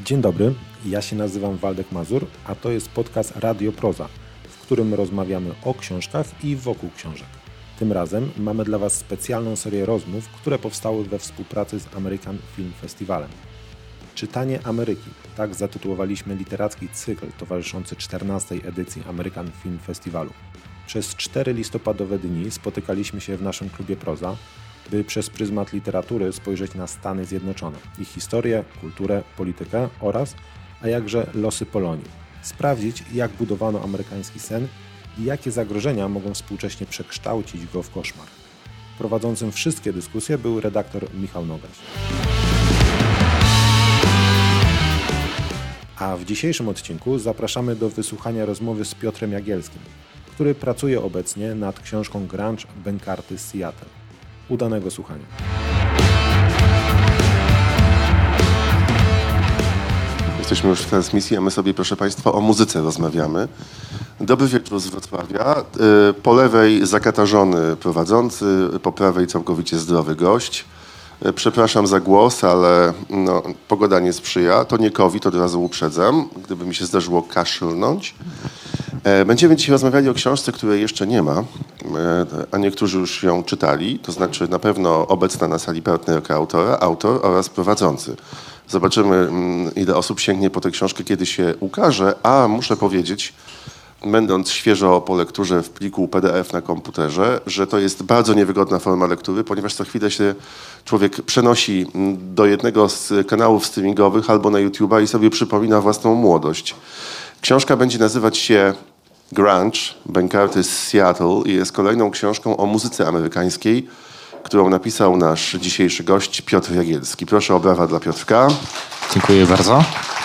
Dzień dobry, ja się nazywam Waldek Mazur, a to jest podcast Radio Proza, w którym rozmawiamy o książkach i wokół książek. Tym razem mamy dla Was specjalną serię rozmów, które powstały we współpracy z American Film Festivalem. Czytanie Ameryki, tak zatytułowaliśmy literacki cykl towarzyszący 14. edycji American Film Festivalu. Przez 4 listopadowe dni spotykaliśmy się w naszym klubie Proza, by przez pryzmat literatury spojrzeć na Stany Zjednoczone, ich historię, kulturę, politykę oraz, a jakże losy Polonii. Sprawdzić, jak budowano amerykański sen i jakie zagrożenia mogą współcześnie przekształcić go w koszmar. Prowadzącym wszystkie dyskusje był redaktor Michał Nogaś. A w dzisiejszym odcinku zapraszamy do wysłuchania rozmowy z Piotrem Jagielskim, który pracuje obecnie nad książką Grunge Bankarty z Seattle. Udanego słuchania. Jesteśmy już w transmisji, a my sobie, proszę Państwa, o muzyce rozmawiamy. Dobry wieczór z Wrocławia. Po lewej zakatarzony prowadzący, po prawej całkowicie zdrowy gość. Przepraszam za głos, ale pogoda nie sprzyja. To nie COVID, od razu uprzedzam, gdyby mi się zdarzyło kaszlnąć. Będziemy dzisiaj rozmawiali o książce, której jeszcze nie ma, a niektórzy już ją czytali, to znaczy na pewno obecna na sali partnerka autora, autor oraz prowadzący. Zobaczymy, ile osób sięgnie po tę książkę, kiedy się ukaże, a muszę powiedzieć, będąc świeżo po lekturze w pliku PDF na komputerze, że to jest bardzo niewygodna forma lektury, ponieważ co chwilę się człowiek przenosi do jednego z kanałów streamingowych albo na YouTube'a i sobie przypomina własną młodość. Książka będzie nazywać się Grunge Bankarty z Seattle i jest kolejną książką o muzyce amerykańskiej, którą napisał nasz dzisiejszy gość Piotr Jagielski. Proszę o brawa dla Piotrka. Dziękuję bardzo.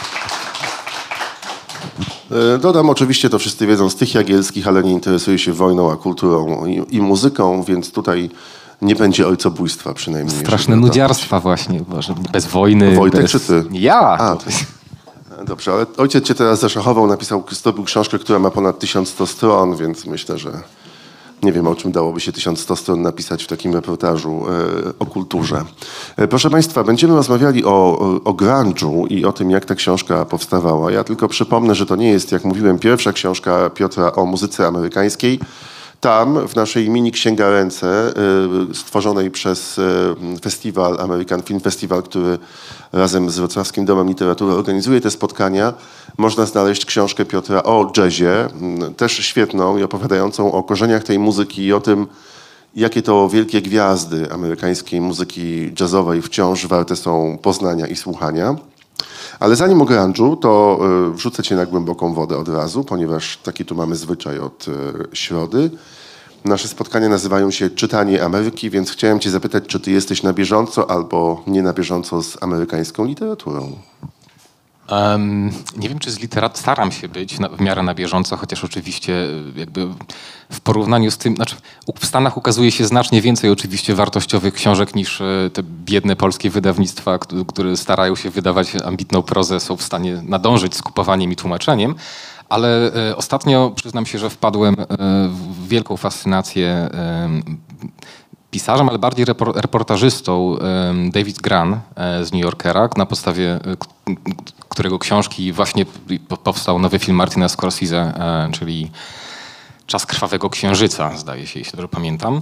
Dodam oczywiście, to wszyscy wiedzą, z tych Jagielskich, ale nie interesuje się wojną, a kulturą i muzyką, więc tutaj nie będzie ojcobójstwa przynajmniej. Straszne nudziarstwa właśnie, Boże, bez wojny. Wojtek bez... czy ty? Ja! Dobrze, ale ojciec cię teraz zaszachował, zdobył książkę, która ma ponad 1100 stron, więc myślę, że nie wiem, o czym dałoby się 1100 stron napisać w takim reportażu o kulturze. Proszę Państwa, będziemy rozmawiali o grunge'u i o tym, jak ta książka powstawała. Ja tylko przypomnę, że to nie jest, jak mówiłem, pierwsza książka Piotra o muzyce amerykańskiej. Tam, w naszej mini księgarence stworzonej przez festiwal, American Film Festival, który razem z Wrocławskim Domem Literatury organizuje te spotkania, można znaleźć książkę Piotra o jazzie, też świetną i opowiadającą o korzeniach tej muzyki i o tym, jakie to wielkie gwiazdy amerykańskiej muzyki jazzowej wciąż warte są poznania i słuchania. Ale zanim o grunge'u, to wrzucę cię na głęboką wodę od razu, ponieważ taki tu mamy zwyczaj od środy. Nasze spotkania nazywają się Czytanie Ameryki, więc chciałem cię zapytać, czy ty jesteś na bieżąco albo nie na bieżąco z amerykańską literaturą? Nie wiem, czy staram się być w miarę na bieżąco, chociaż oczywiście jakby w porównaniu z tym, znaczy w Stanach ukazuje się znacznie więcej oczywiście wartościowych książek niż te biedne polskie wydawnictwa, które starają się wydawać ambitną prozę, są w stanie nadążyć z kupowaniem i tłumaczeniem. Ale ostatnio przyznam się, że wpadłem w wielką fascynację pisarzem, ale bardziej reportażystą David Grann z New Yorkera, na podstawie którego książki właśnie powstał nowy film Martina Scorsese, czyli Czas krwawego księżyca, zdaje się, jeśli dobrze pamiętam.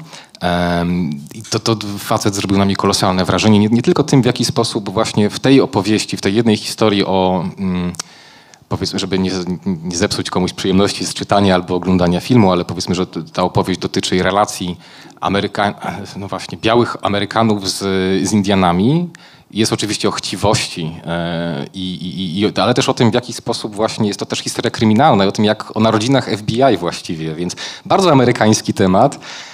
I to facet zrobił na mnie kolosalne wrażenie, nie tylko tym, w jaki sposób właśnie w tej opowieści, w tej jednej historii o... powiedzmy, żeby nie zepsuć komuś przyjemności z czytania albo oglądania filmu, ale powiedzmy, że ta opowieść dotyczy relacji białych Amerykanów z Indianami. Jest oczywiście o chciwości, ale też o tym, w jaki sposób właśnie jest to też historia kryminalna i o tym, jak o narodzinach FBI właściwie, więc bardzo amerykański temat.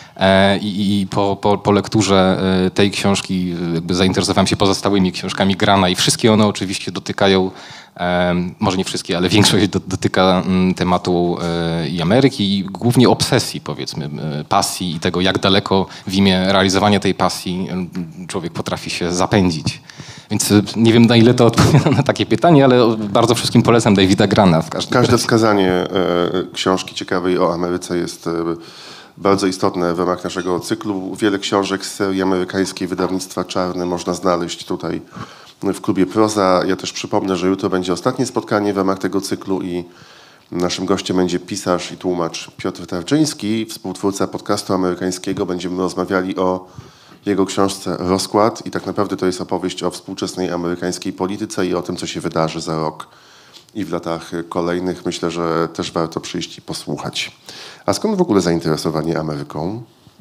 I po lekturze tej książki jakby zainteresowałem się pozostałymi książkami Grana i wszystkie one oczywiście dotykają, może nie wszystkie, ale większość dotyka tematu i Ameryki i głównie obsesji, powiedzmy, pasji i tego, jak daleko w imię realizowania tej pasji człowiek potrafi się zapędzić. Więc nie wiem, na ile to odpowiada na takie pytanie, ale bardzo wszystkim polecam Davida Grana w każdym razie. Każde wskazanie książki ciekawej o Ameryce jest bardzo istotne w ramach naszego cyklu. Wiele książek z serii amerykańskiej wydawnictwa Czarne można znaleźć tutaj w klubie Proza. Ja też przypomnę, że jutro będzie ostatnie spotkanie w ramach tego cyklu i naszym gościem będzie pisarz i tłumacz Piotr Tarczyński, współtwórca podcastu amerykańskiego. Będziemy rozmawiali o jego książce Rozkład i tak naprawdę to jest opowieść o współczesnej amerykańskiej polityce i o tym, co się wydarzy za rok i w latach kolejnych. Myślę, że też warto przyjść i posłuchać. A skąd w ogóle zainteresowanie Ameryką?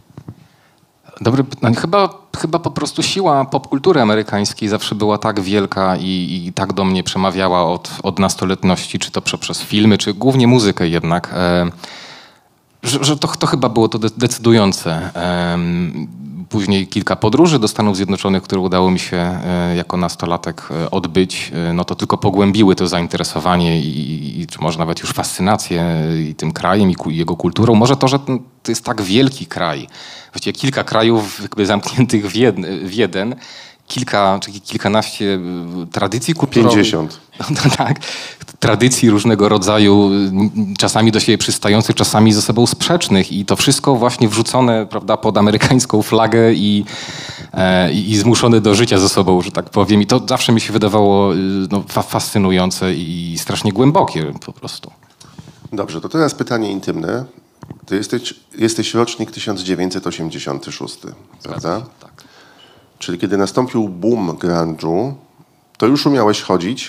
Dobre pytanie. Chyba po prostu siła popkultury amerykańskiej zawsze była tak wielka i tak do mnie przemawiała od nastoletności, czy to przez filmy, czy głównie muzykę jednak, że to chyba było to decydujące. Później kilka podróży do Stanów Zjednoczonych, które udało mi się jako nastolatek odbyć, no to tylko pogłębiły to zainteresowanie i czy może nawet już fascynację i tym krajem i jego kulturą. Może to, że to jest tak wielki kraj, właściwie kilka krajów jakby zamkniętych w jeden, kilka czy kilkanaście tradycji kulturowych. 50. No tak, tradycji różnego rodzaju, czasami do siebie przystających, czasami ze sobą sprzecznych i to wszystko właśnie wrzucone, prawda, pod amerykańską flagę i zmuszone do życia ze sobą, że tak powiem. I to zawsze mi się wydawało fascynujące i strasznie głębokie po prostu. Dobrze, to teraz pytanie intymne. Ty jesteś rocznik 1986, prawda? Tak. Czyli kiedy nastąpił boom grunge'u, to już umiałeś chodzić,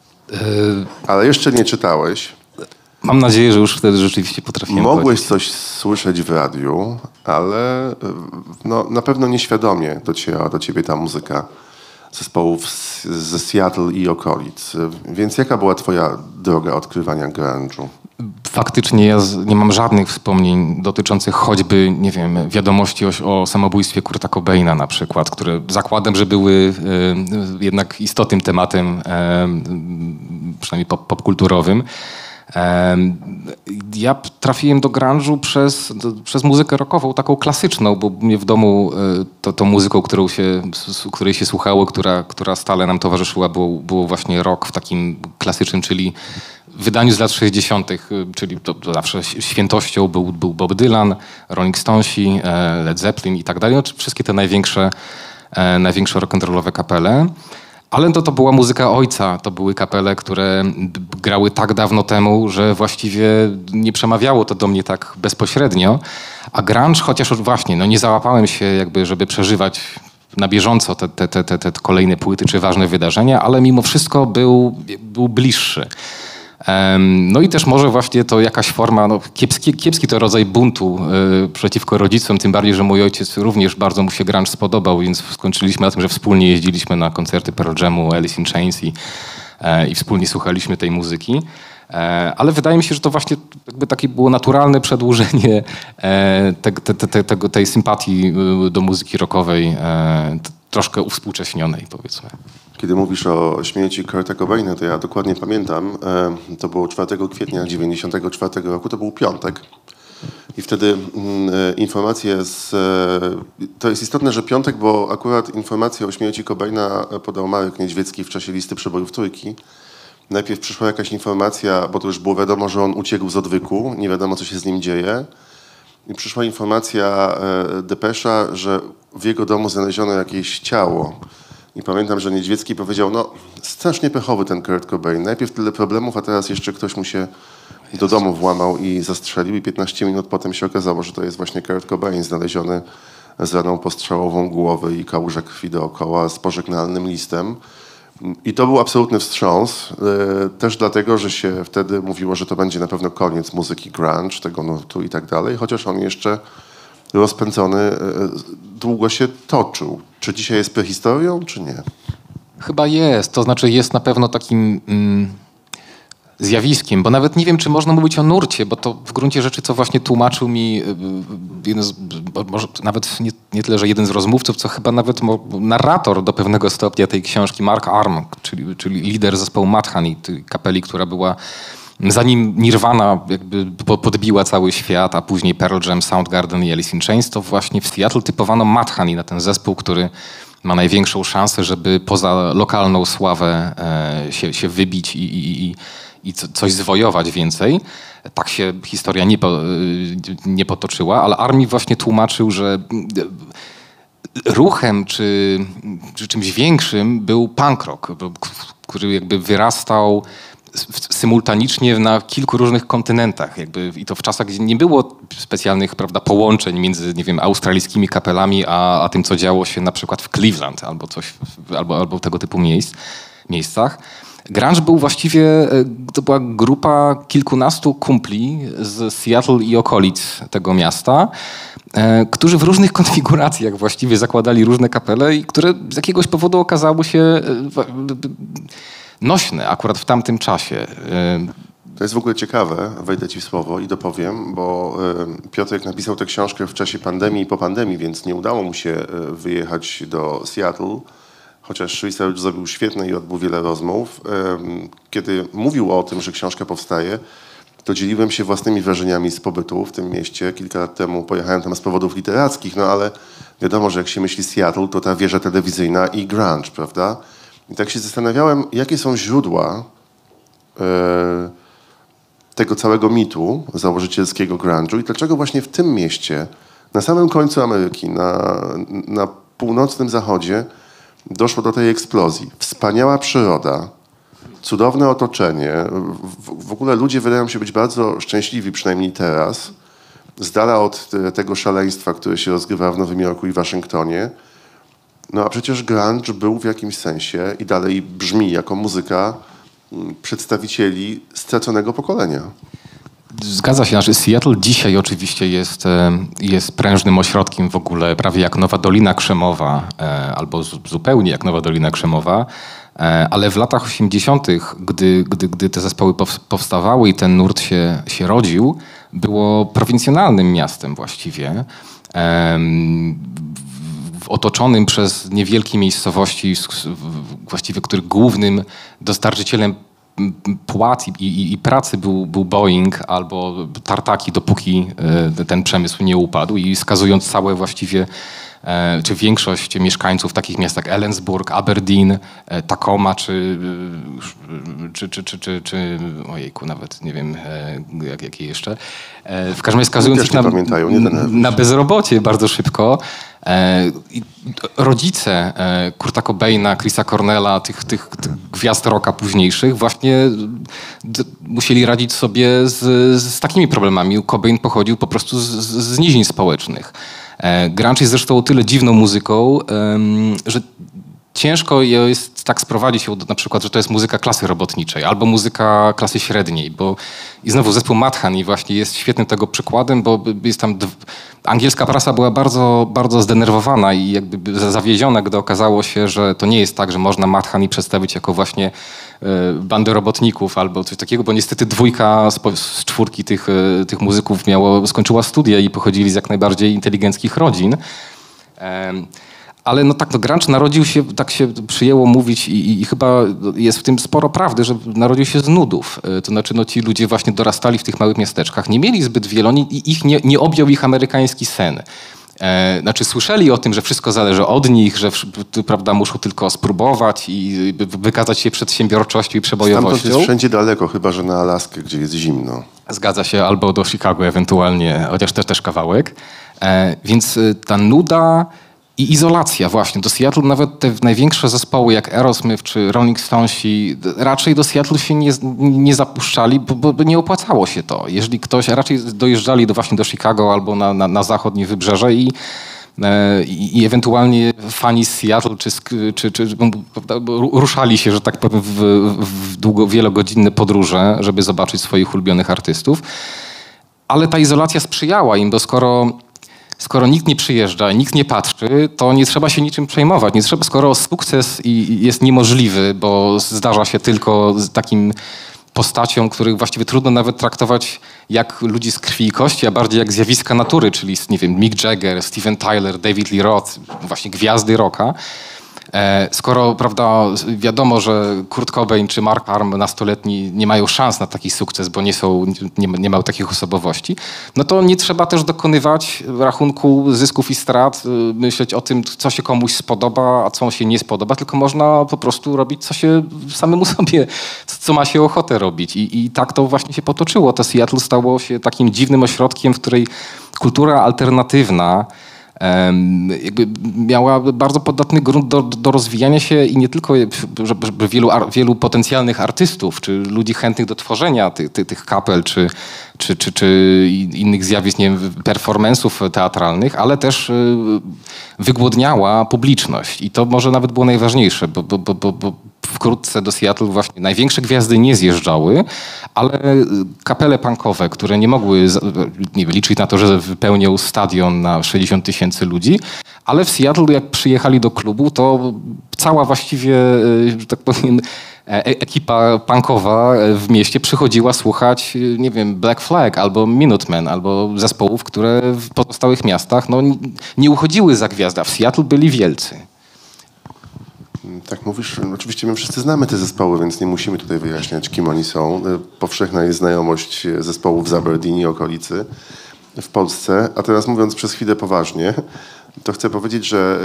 ale jeszcze nie czytałeś. Mam nadzieję, że już wtedy rzeczywiście potrafiłem Mogłeś chodzić. coś słyszeć w radiu, ale na pewno nieświadomie docierała do ciebie ta muzyka zespołów ze Seattle i okolic. Więc jaka była twoja droga odkrywania grunge'u? Faktycznie ja nie mam żadnych wspomnień dotyczących choćby, nie wiem, wiadomości o samobójstwie Kurta Cobaina na przykład, które zakładam, że były jednak istotnym tematem, przynajmniej popkulturowym. Ja trafiłem do grunge'u przez muzykę rockową, taką klasyczną, bo mnie w domu tą muzyką, której się słuchało, która stale nam towarzyszyła, było właśnie rock w takim klasycznym, czyli w wydaniu z lat 60., czyli to zawsze świętością był Bob Dylan, Rolling Stonesi, Led Zeppelin i tak dalej. No, wszystkie te największe rock'n'rollowe kapele. Ale to była muzyka ojca. To były kapele, które grały tak dawno temu, że właściwie nie przemawiało to do mnie tak bezpośrednio. A grunge, chociaż właśnie nie załapałem się jakby, żeby przeżywać na bieżąco te kolejne płyty czy ważne wydarzenia, ale mimo wszystko był bliższy. No i też może właśnie to jakaś forma, kiepski to rodzaj buntu przeciwko rodzicom, tym bardziej, że mój ojciec również bardzo mu się grunge spodobał, więc skończyliśmy na tym, że wspólnie jeździliśmy na koncerty Pearl Jamu, Alice in Chains i wspólnie słuchaliśmy tej muzyki. Ale wydaje mi się, że to właśnie jakby takie było naturalne przedłużenie tej sympatii do muzyki rockowej, troszkę uwspółcześnionej, powiedzmy. Kiedy mówisz o śmierci Kurta Cobaina, to ja dokładnie pamiętam, to było 4 kwietnia 1994 roku, to był piątek. I wtedy informacje to jest istotne, że piątek, bo akurat informację o śmierci Cobaina podał Marek Niedźwiecki w czasie listy przebojów Trójki. Najpierw przyszła jakaś informacja, bo to już było wiadomo, że on uciekł z odwyku, nie wiadomo, co się z nim dzieje. I przyszła informacja depesza, że w jego domu znaleziono jakieś ciało. I pamiętam, że Niedźwiecki powiedział, strasznie pechowy ten Kurt Cobain. Najpierw tyle problemów, a teraz jeszcze ktoś mu się do domu włamał i zastrzelił. I 15 minut potem się okazało, że to jest właśnie Kurt Cobain znaleziony z raną postrzałową głowy i kałuża krwi dookoła z pożegnalnym listem. I to był absolutny wstrząs. Też dlatego, że się wtedy mówiło, że to będzie na pewno koniec muzyki grunge, tego nurtu i tak dalej. Chociaż on jeszcze rozpędzony długo się toczył. Czy dzisiaj jest prehistorią, czy nie? Chyba jest. To znaczy jest na pewno takim zjawiskiem, bo nawet nie wiem, czy można mówić o nurcie, bo to w gruncie rzeczy, co właśnie tłumaczył mi może nawet nie tyle, że jeden z rozmówców, co chyba nawet narrator do pewnego stopnia tej książki, Mark Arm, czyli lider zespołu Mudhoney, tej kapeli, która była zanim Nirvana jakby podbiła cały świat, a później Pearl Jam, Soundgarden i Alice in Chains, to właśnie w Seattle typowano Mudhoney na ten zespół, który ma największą szansę, żeby poza lokalną sławę się wybić i coś zwojować więcej. Tak się historia nie potoczyła, ale Armi właśnie tłumaczył, że ruchem czy czymś większym był punk rock, który jakby wyrastał symultanicznie na kilku różnych kontynentach. I to w czasach, gdzie nie było specjalnych, prawda, połączeń między, nie wiem, australijskimi kapelami, a tym, co działo się na przykład w Cleveland albo tego typu miejscach. Grunge był właściwie, to była grupa kilkunastu kumpli z Seattle i okolic tego miasta, którzy w różnych konfiguracjach właściwie zakładali różne kapele i które z jakiegoś powodu okazały się nośne akurat w tamtym czasie. To jest w ogóle ciekawe, wejdę ci w słowo i dopowiem, bo Piotrek napisał tę książkę w czasie pandemii i po pandemii, więc nie udało mu się wyjechać do Seattle, chociaż research zrobił świetny i odbył wiele rozmów. Kiedy mówił o tym, że książka powstaje, to dzieliłem się własnymi wrażeniami z pobytu w tym mieście. Kilka lat temu pojechałem tam z powodów literackich, no ale wiadomo, że jak się myśli Seattle, to ta wieża telewizyjna i grunge, prawda? I tak się zastanawiałem, jakie są źródła tego całego mitu założycielskiego grunge'u i dlaczego właśnie w tym mieście, na samym końcu Ameryki, na północnym zachodzie doszło do tej eksplozji. Wspaniała przyroda, cudowne otoczenie. W ogóle ludzie wydają się być bardzo szczęśliwi, przynajmniej teraz, z dala od tego szaleństwa, które się rozgrywa w Nowym Jorku i Waszyngtonie. No a przecież grunge był w jakimś sensie i dalej brzmi jako muzyka przedstawicieli straconego pokolenia. Zgadza się, że Seattle dzisiaj oczywiście jest prężnym ośrodkiem w ogóle, prawie jak Nowa Dolina Krzemowa, albo zupełnie jak Nowa Dolina Krzemowa, ale w latach 80., gdy te zespoły powstawały i ten nurt się rodził, było prowincjonalnym miastem właściwie, otoczonym przez niewielkie miejscowości, właściwie których głównym dostarczycielem płac i pracy był Boeing albo tartaki, dopóki ten przemysł nie upadł i skazując całe właściwie, czy większość mieszkańców takich miast jak Ellensburg, Aberdeen, Tacoma, czy ojejku, nawet nie wiem jakie jeszcze. W każdym razie skazując ich na bezrobocie bardzo szybko. Rodzice Kurta Cobaina, Chrisa Cornella, tych gwiazd rocka późniejszych właśnie musieli radzić sobie z takimi problemami. Cobain pochodził po prostu z nizin społecznych. Grunge jest zresztą o tyle dziwną muzyką, że ciężko jest tak sprowadzić ją na przykład, że to jest muzyka klasy robotniczej albo muzyka klasy średniej, i znowu zespół Madhani właśnie jest świetnym tego przykładem, bo jest tam angielska prasa była bardzo, bardzo zdenerwowana i jakby zawieziona, gdy okazało się, że to nie jest tak, że można Madhani przedstawić jako właśnie bandę robotników albo coś takiego, bo niestety dwójka z czwórki tych muzyków skończyła studia i pochodzili z jak najbardziej inteligenckich rodzin. Ale grunge narodził się, tak się przyjęło mówić i chyba jest w tym sporo prawdy, że narodził się z nudów. To znaczy ci ludzie właśnie dorastali w tych małych miasteczkach, nie mieli zbyt wiele, nie objął ich amerykański sen. Słyszeli o tym, że wszystko zależy od nich, że prawda, muszą tylko spróbować i wykazać się przedsiębiorczością i przebojowością. Stamtąd jest wszędzie daleko, chyba że na Alaskę, gdzie jest zimno. Zgadza się, albo do Chicago ewentualnie, chociaż też kawałek. Więc ta nuda i izolacja właśnie. Do Seattle nawet te największe zespoły jak Aerosmith czy Rolling Stonesi raczej do Seattle się nie zapuszczali, bo nie opłacało się to. Jeżeli ktoś, raczej dojeżdżali właśnie do Chicago albo na zachodnie wybrzeże i ewentualnie fani z Seattle czy ruszali się, że tak powiem, w wielogodzinne podróże, żeby zobaczyć swoich ulubionych artystów. Ale ta izolacja sprzyjała im, bo skoro nikt nie przyjeżdża, nikt nie patrzy, to nie trzeba się niczym przejmować. Skoro sukces jest niemożliwy, bo zdarza się tylko z takim postaciom, których właściwie trudno nawet traktować jak ludzi z krwi i kości, a bardziej jak zjawiska natury, czyli nie wiem, Mick Jagger, Steven Tyler, David Lee Roth, właśnie gwiazdy rocka. Skoro, prawda, wiadomo, że Kurt Cobain czy Mark Arm nastoletni nie mają szans na taki sukces, bo nie mają takich osobowości, no to nie trzeba też dokonywać rachunku zysków i strat, myśleć o tym, co się komuś spodoba, a co się nie spodoba, tylko można po prostu robić, co się samemu sobie, co ma się ochotę robić. I tak to właśnie się potoczyło. To Seattle stało się takim dziwnym ośrodkiem, w której kultura alternatywna jakby miała bardzo podatny grunt do rozwijania się i nie tylko, żeby wielu potencjalnych artystów, czy ludzi chętnych do tworzenia tych kapel, czy innych zjawisk, nie wiem, performance'ów teatralnych, ale też wygłodniała publiczność. I to może nawet było najważniejsze, bo wkrótce do Seattle właśnie największe gwiazdy nie zjeżdżały, ale kapele punkowe, które nie mogły liczyć na to, że wypełnią stadion na 60 000 ludzi, ale w Seattle jak przyjechali do klubu, to cała właściwie, że tak powiem, ekipa punkowa w mieście przychodziła słuchać, nie wiem, Black Flag albo Minutemen, albo zespołów, które w pozostałych miastach nie uchodziły za gwiazdę, a w Seattle byli wielcy. Tak mówisz, oczywiście my wszyscy znamy te zespoły, więc nie musimy tutaj wyjaśniać, kim oni są. Powszechna jest znajomość zespołów z Aberdeen i okolicy w Polsce. A teraz mówiąc przez chwilę poważnie, to chcę powiedzieć, że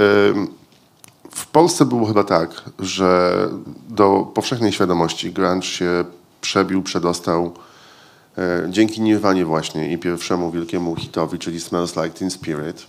w Polsce było chyba tak, że do powszechnej świadomości grunge się przebił, przedostał dzięki Nirwanie właśnie i pierwszemu wielkiemu hitowi, czyli Smells Like Teen Spirit.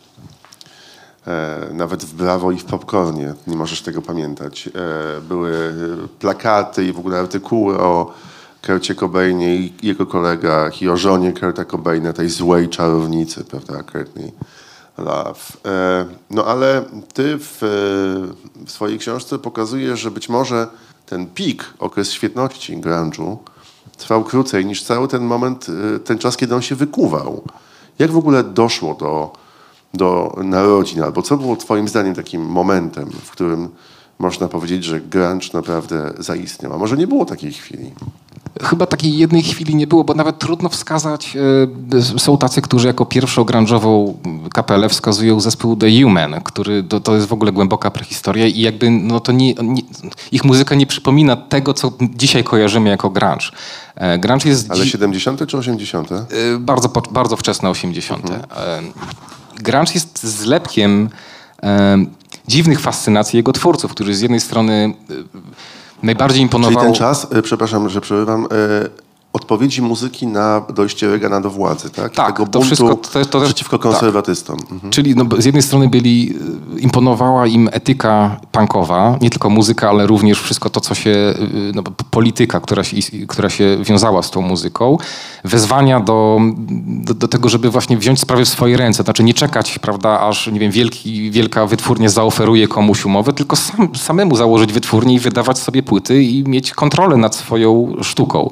Nawet w Brawo i w Popcornie, nie możesz tego pamiętać. Były plakaty i w ogóle artykuły o Kurcie Cobainie i jego kolegach i o żonie Kurta Cobaina, tej złej czarownicy, prawda, Courtney Love. No ale ty w swojej książce pokazujesz, że być może ten pik, okres świetności grunge'u trwał krócej niż cały ten moment, ten czas, kiedy on się wykuwał. Jak w ogóle doszło do narodzin, albo co było twoim zdaniem takim momentem, w którym można powiedzieć, że grunge naprawdę zaistniał? A może nie było takiej chwili? Chyba takiej jednej chwili nie było, bo nawet trudno wskazać. Są tacy, którzy jako pierwszą grunge'ową kapelę wskazują zespół The Human, który to jest w ogóle głęboka prehistoria i jakby to ich muzyka nie przypomina tego, co dzisiaj kojarzymy jako grunge. Grunge jest... Ale 70. czy 80.? Bardzo wczesne 80. Grunge jest zlepkiem dziwnych fascynacji jego twórców, którzy z jednej strony najbardziej imponował... Czyli ten czas, przepraszam, że przerywam, odpowiedzi muzyki na dojście Reagana do władzy, tak? Tak, tego to wszystko to przeciwko konserwatystom. Tak. Mhm. Czyli z jednej strony imponowała im etyka punkowa, nie tylko muzyka, ale również wszystko to, co się, polityka, która się wiązała z tą muzyką, wezwania do tego, żeby właśnie wziąć sprawy w swoje ręce, znaczy nie czekać, prawda, aż, nie wiem, wielka wytwórnia zaoferuje komuś umowę, tylko samemu założyć wytwórnię i wydawać sobie płyty i mieć kontrolę nad swoją sztuką.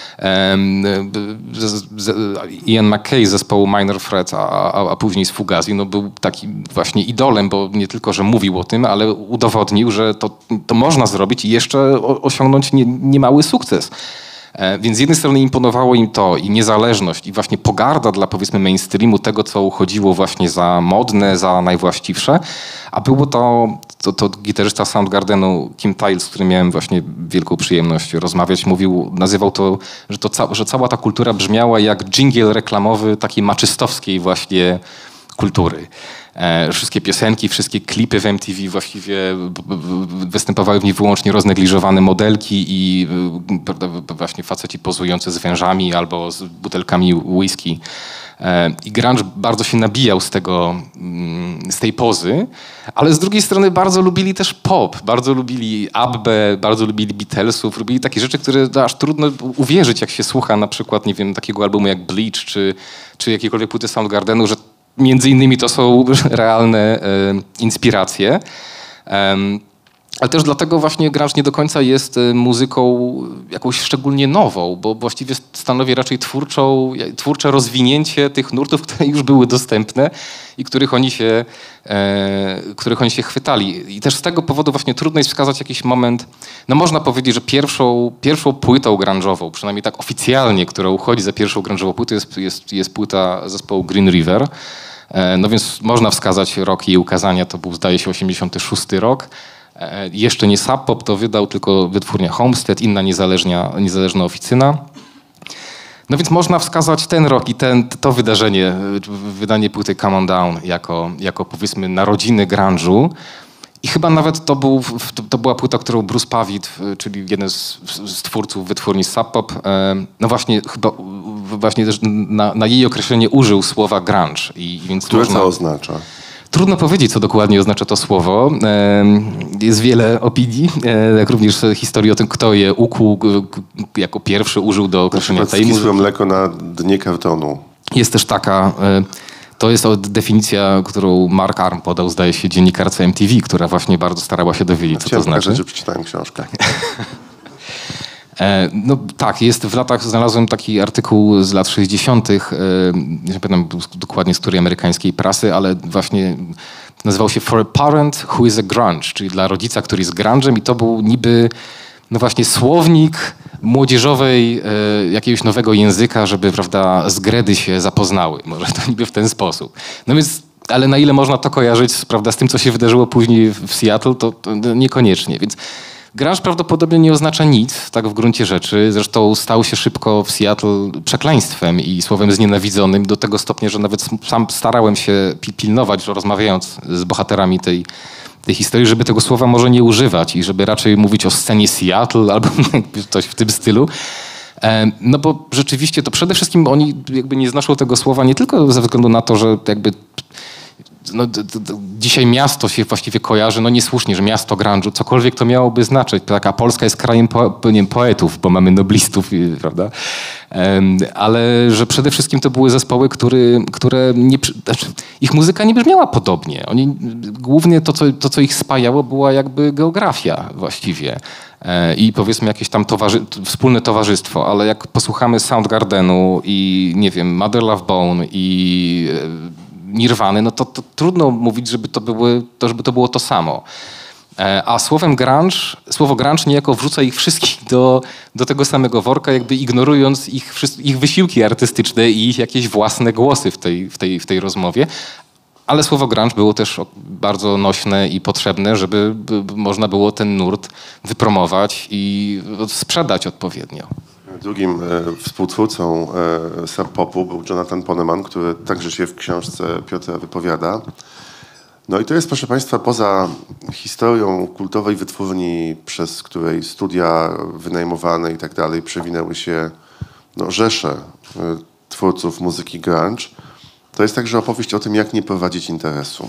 Ian MacKaye z zespołu Minor Threat, a później z Fugazi, był taki właśnie idolem, bo nie tylko, że mówił o tym, ale udowodnił, że to można zrobić i jeszcze osiągnąć niemały sukces. Więc z jednej strony imponowało im to i niezależność i właśnie pogarda dla, powiedzmy, mainstreamu, tego, co uchodziło właśnie za modne, za najwłaściwsze, a było to gitarzysta Soundgardenu Kim Thayil, z którym miałem właśnie wielką przyjemność rozmawiać, nazywał to, że cała ta kultura brzmiała jak dżingiel reklamowy takiej maczystowskiej właśnie kultury. Wszystkie piosenki, wszystkie klipy w MTV właściwie występowały w nich wyłącznie roznegliżowane modelki i właśnie faceci pozujący z wężami albo z butelkami whisky. I grunge bardzo się nabijał z tej pozy, ale z drugiej strony bardzo lubili też pop, bardzo lubili Abbę, bardzo lubili Beatlesów, lubili takie rzeczy, które aż trudno uwierzyć, jak się słucha na przykład, nie wiem, takiego albumu jak Bleach czy jakiejkolwiek płyty Soundgardenu, że między innymi to są realne inspiracje. Ale też dlatego właśnie grunge nie do końca jest muzyką jakąś szczególnie nową, bo właściwie stanowi raczej twórcze rozwinięcie tych nurtów, które już były dostępne i których oni się chwytali. I też z tego powodu właśnie trudno jest wskazać jakiś moment, można powiedzieć, że pierwszą płytą grunge'ową, przynajmniej tak oficjalnie, która uchodzi za pierwszą grunge'ową płytę, jest płyta zespołu Green River. Więc można wskazać rok jej ukazania, to był, zdaje się, 86 rok. Jeszcze nie Sub Pop to wydał, tylko wytwórnia Homestead, inna niezależna oficyna. Więc można wskazać ten rok i to wydarzenie, wydanie płyty Come On Down jako powiedzmy narodziny grunge'u. I chyba nawet to była płyta, którą Bruce Pavitt, czyli jeden z twórców wytwórni Sub Pop, właśnie też na jej określenie użył słowa grunge. Które co oznacza? Trudno powiedzieć, co dokładnie oznacza to słowo. Jest wiele opinii, jak również historii o tym, kto je ukuł, jako pierwszy użył do określenia tej muzyki. Skisłe mleko na dnie kartonu. Jest też taka, to jest definicja, którą Mark Arm podał, zdaje się, dziennikarce MTV, która właśnie bardzo starała się dowiedzieć, co to znaczy. Chciałem że przeczytałem książkę. No tak, znalazłem taki artykuł z lat 60., nie pamiętam dokładnie z której amerykańskiej prasy, ale właśnie nazywał się For a Parent Who is a Grunge, czyli dla rodzica, który jest grunge'em, i to był niby no właśnie słownik młodzieżowej jakiegoś nowego języka, żeby, prawda, zgredy się zapoznały. Może to niby w ten sposób. No więc, ale na ile można to kojarzyć, prawda, z tym, co się wydarzyło później w Seattle, to niekoniecznie. Więc grunge prawdopodobnie nie oznacza nic, tak w gruncie rzeczy. Zresztą stał się szybko w Seattle przekleństwem i słowem znienawidzonym do tego stopnia, że nawet sam starałem się pilnować, rozmawiając z bohaterami tej historii, żeby tego słowa może nie używać i żeby raczej mówić o scenie Seattle albo coś w tym stylu. No bo rzeczywiście to przede wszystkim oni jakby nie znoszą tego słowa nie tylko ze względu na to, że jakby no, dzisiaj miasto się właściwie kojarzy, no niesłusznie, że miasto grunge'u, cokolwiek to miałoby znaczyć. Taka Polska jest krajem poetów, bo mamy noblistów, prawda? Ale że przede wszystkim to były zespoły, które ich muzyka nie brzmiała podobnie. Oni głównie to, co ich spajało, była jakby geografia właściwie. I powiedzmy jakieś tam wspólne towarzystwo, ale jak posłuchamy Soundgardenu i nie wiem, Mother Love Bone i Nirwany, no to trudno mówić, żeby to było to samo. A słowo grunge niejako wrzuca ich wszystkich do tego samego worka, jakby ignorując ich wysiłki artystyczne i ich jakieś własne głosy w tej rozmowie. Ale słowo grunge było też bardzo nośne i potrzebne, żeby można było ten nurt wypromować i sprzedać odpowiednio. Drugim współtwórcą Sub Popu był Jonathan Poneman, który także się w książce Piotra wypowiada. No i to jest, proszę Państwa, poza historią kultowej wytwórni, przez której studia wynajmowane i tak dalej przewinęły się rzesze twórców muzyki grunge, to jest także opowieść o tym, jak nie prowadzić interesu.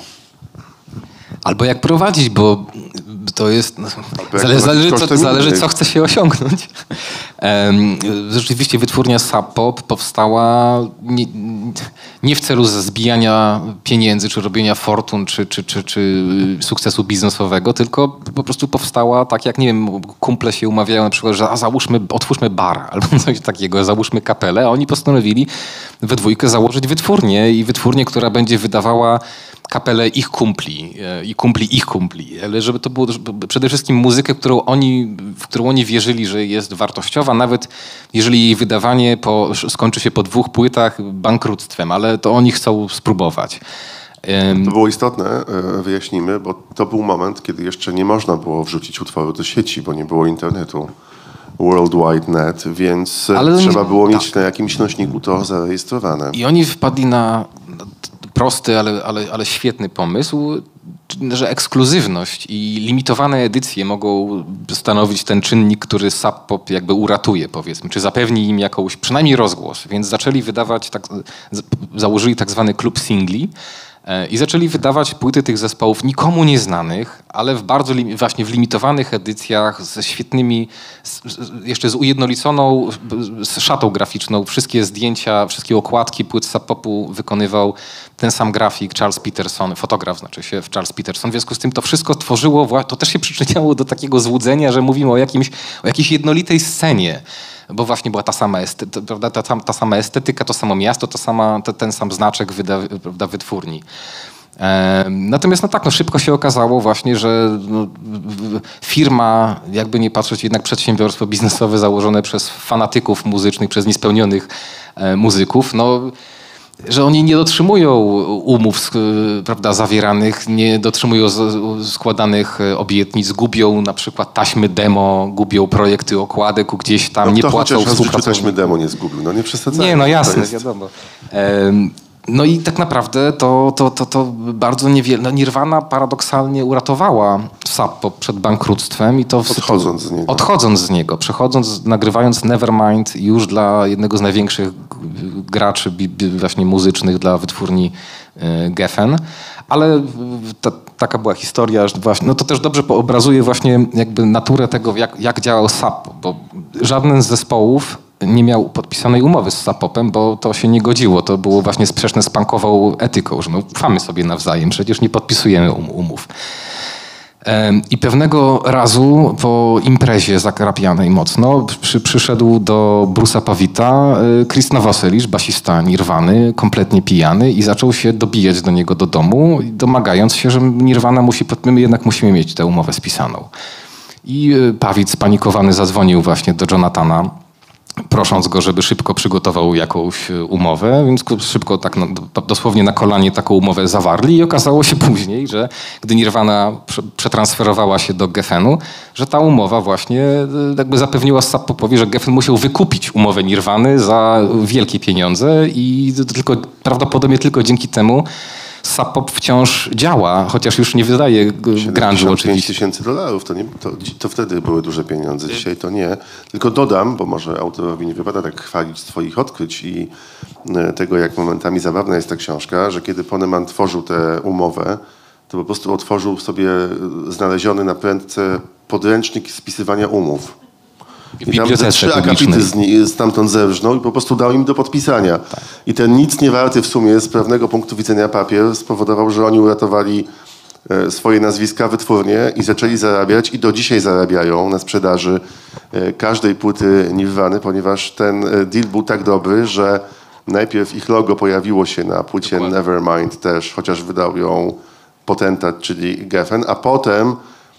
Albo jak prowadzić, bo to jest... Zależy, co chce się osiągnąć. Rzeczywiście wytwórnia Sub Pop powstała nie w celu zbijania pieniędzy, czy robienia fortun, czy sukcesu biznesowego, tylko po prostu powstała tak, jak nie wiem, kumple się umawiają na przykład, że otwórzmy bar albo coś takiego, załóżmy kapelę, a oni postanowili we dwójkę założyć wytwórnię i wytwórnię, która będzie wydawała kapelę ich kumpli i kumpli ich kumpli, ale żeby to było przede wszystkim muzykę, w którą oni wierzyli, że jest wartościowa, nawet jeżeli jej wydawanie skończy się po 2 płytach bankructwem, ale to oni chcą spróbować. To było istotne, wyjaśnimy, bo to był moment, kiedy jeszcze nie można było wrzucić utworu do sieci, bo nie było internetu. World Wide Net, więc trzeba było mieć na jakimś nośniku to zarejestrowane. I oni wpadli na prosty, ale świetny pomysł, że ekskluzywność i limitowane edycje mogą stanowić ten czynnik, który Sub Pop jakby uratuje, powiedzmy, czy zapewni im jakąś, przynajmniej rozgłos. Więc zaczęli wydawać, założyli tak zwany klub singli i zaczęli wydawać płyty tych zespołów nikomu nieznanych, ale właśnie w limitowanych edycjach ze świetnymi, jeszcze z ujednoliconą z szatą graficzną. Wszystkie zdjęcia, wszystkie okładki płyt Sub Popu wykonywał ten sam grafik, Charles Peterson, fotograf znaczy się, Charles Peterson. W związku z tym to wszystko tworzyło, to też się przyczyniało do takiego złudzenia, że mówimy o jakiejś jednolitej scenie. Bo właśnie była ta sama estetyka, to samo miasto, ten sam znaczek wytwórni. Natomiast szybko się okazało właśnie, że firma, jakby nie patrzeć, jednak przedsiębiorstwo biznesowe założone przez fanatyków muzycznych, przez niespełnionych muzyków, że oni nie dotrzymują umów, zawieranych, nie dotrzymują składanych obietnic, gubią na przykład taśmy demo, gubią projekty okładek gdzieś tam, nie płacą współpracownikom. Taśmy demo nie zgubił, nie przesadzajmy. Nie, jasne, wiadomo. No i tak naprawdę to bardzo niewiele. Nirvana paradoksalnie uratowała Sub Pop przed bankructwem i to odchodząc z niego, nagrywając Nevermind już dla jednego z największych graczy właśnie muzycznych, dla wytwórni Geffen, ale taka była historia, że właśnie, no to też dobrze obrazuje właśnie jakby naturę tego, jak działał SAP, bo żaden z zespołów nie miał podpisanej umowy z SAP-opem, bo to się nie godziło. To było właśnie sprzeczne z punkową etyką, że no ufamy sobie nawzajem, przecież nie podpisujemy umów. I pewnego razu po imprezie zakrapianej mocno przyszedł do Bruce'a Pavita Chris Novoselic, basista Nirwany, kompletnie pijany i zaczął się dobijać do niego do domu, domagając się, że Nirwana my jednak musimy mieć tę umowę spisaną. I Pavit spanikowany zadzwonił właśnie do Jonathana, prosząc go, żeby szybko przygotował jakąś umowę, więc szybko tak dosłownie na kolanie taką umowę zawarli i okazało się później, że gdy Nirvana przetransferowała się do Geffenu, że ta umowa właśnie jakby zapewniła SAP-owi, że Geffen musiał wykupić umowę Nirwany za wielkie pieniądze i prawdopodobnie tylko dzięki temu SAP-op wciąż działa, chociaż już nie wydaje grunge'u oczywiście. $5,000, to wtedy były duże pieniądze, dzisiaj to nie. Tylko dodam, bo może autorowi nie wypada tak chwalić swoich odkryć i tego, jak momentami zabawna jest ta książka, że kiedy Poneman tworzył tę umowę, to po prostu otworzył sobie znaleziony na prędce podręcznik spisywania umów. I tam te 3 akapity stamtąd zerżnął i po prostu dał im do podpisania. Tak. I ten nic nie warty w sumie z pewnego punktu widzenia papier spowodował, że oni uratowali swoje nazwiska, wytwórnie i zaczęli zarabiać i do dzisiaj zarabiają na sprzedaży każdej płyty Nirwany, ponieważ ten deal był tak dobry, że najpierw ich logo pojawiło się na płycie Nevermind też, chociaż wydał ją potentat, czyli Geffen, a potem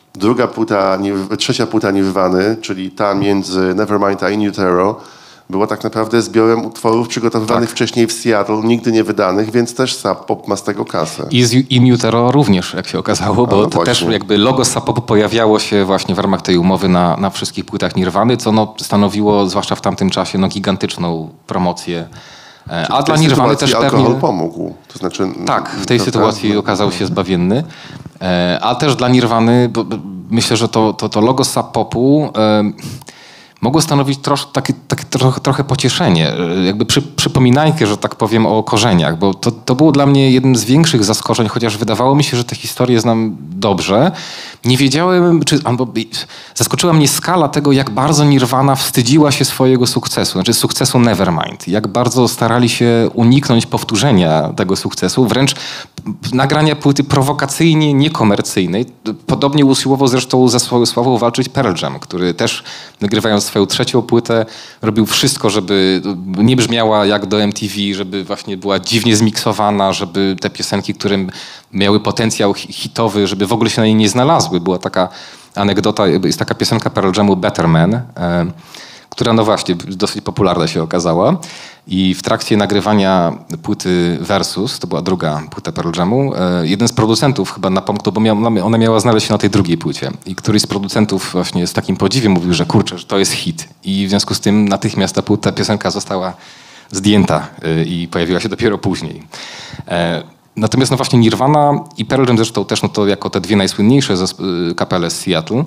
trzecia płyta Nirwany, czyli ta między Nevermind a In Utero, była tak naprawdę zbiorem utworów przygotowywanych wcześniej w Seattle, nigdy nie wydanych, więc też SAP-op ma z tego kasę. I z In Utero również, jak się okazało, bo to też jakby logo SAP-opu pojawiało się właśnie w ramach tej umowy na wszystkich płytach Nirwany, co stanowiło, zwłaszcza w tamtym czasie, gigantyczną promocję. A dla Nirwany też alkohol pomógł. To znaczy, tak, w tej sytuacji okazał się zbawienny. A też dla Nirwany, myślę, że to logo SAP-opu mogło stanowić trochę pocieszenie, jakby przypominajkę, że tak powiem, o korzeniach, bo to było dla mnie jednym z większych zaskoczeń, chociaż wydawało mi się, że tę historię znam dobrze. Nie wiedziałem, zaskoczyła mnie skala tego, jak bardzo Nirvana wstydziła się swojego sukcesu, znaczy sukcesu Nevermind. Jak bardzo starali się uniknąć powtórzenia tego sukcesu, wręcz nagrania płyty prowokacyjnie niekomercyjnej. Podobnie usiłował zresztą ze swoją sławą walczyć Pearl Jam, który też nagrywając swoją trzecią płytę robił wszystko, żeby nie brzmiała jak do MTV, żeby właśnie była dziwnie zmiksowana, żeby te piosenki, które miały potencjał hitowy, żeby w ogóle się na niej nie znalazły. Była taka anegdota, jest taka piosenka Pearl Jamu Better Man, która no właśnie dosyć popularna się okazała. I w trakcie nagrywania płyty Versus, to była druga płyta Pearl Jamu, jeden z producentów chyba napomknął, bo ona miała znaleźć się na tej drugiej płycie. I któryś z producentów właśnie z takim podziwiem mówił, że kurczę, że to jest hit. I w związku z tym natychmiast ta piosenka została zdjęta i pojawiła się dopiero później. Natomiast no właśnie Nirvana i Pearl Jam zresztą też no to jako te dwie najsłynniejsze kapele z Seattle,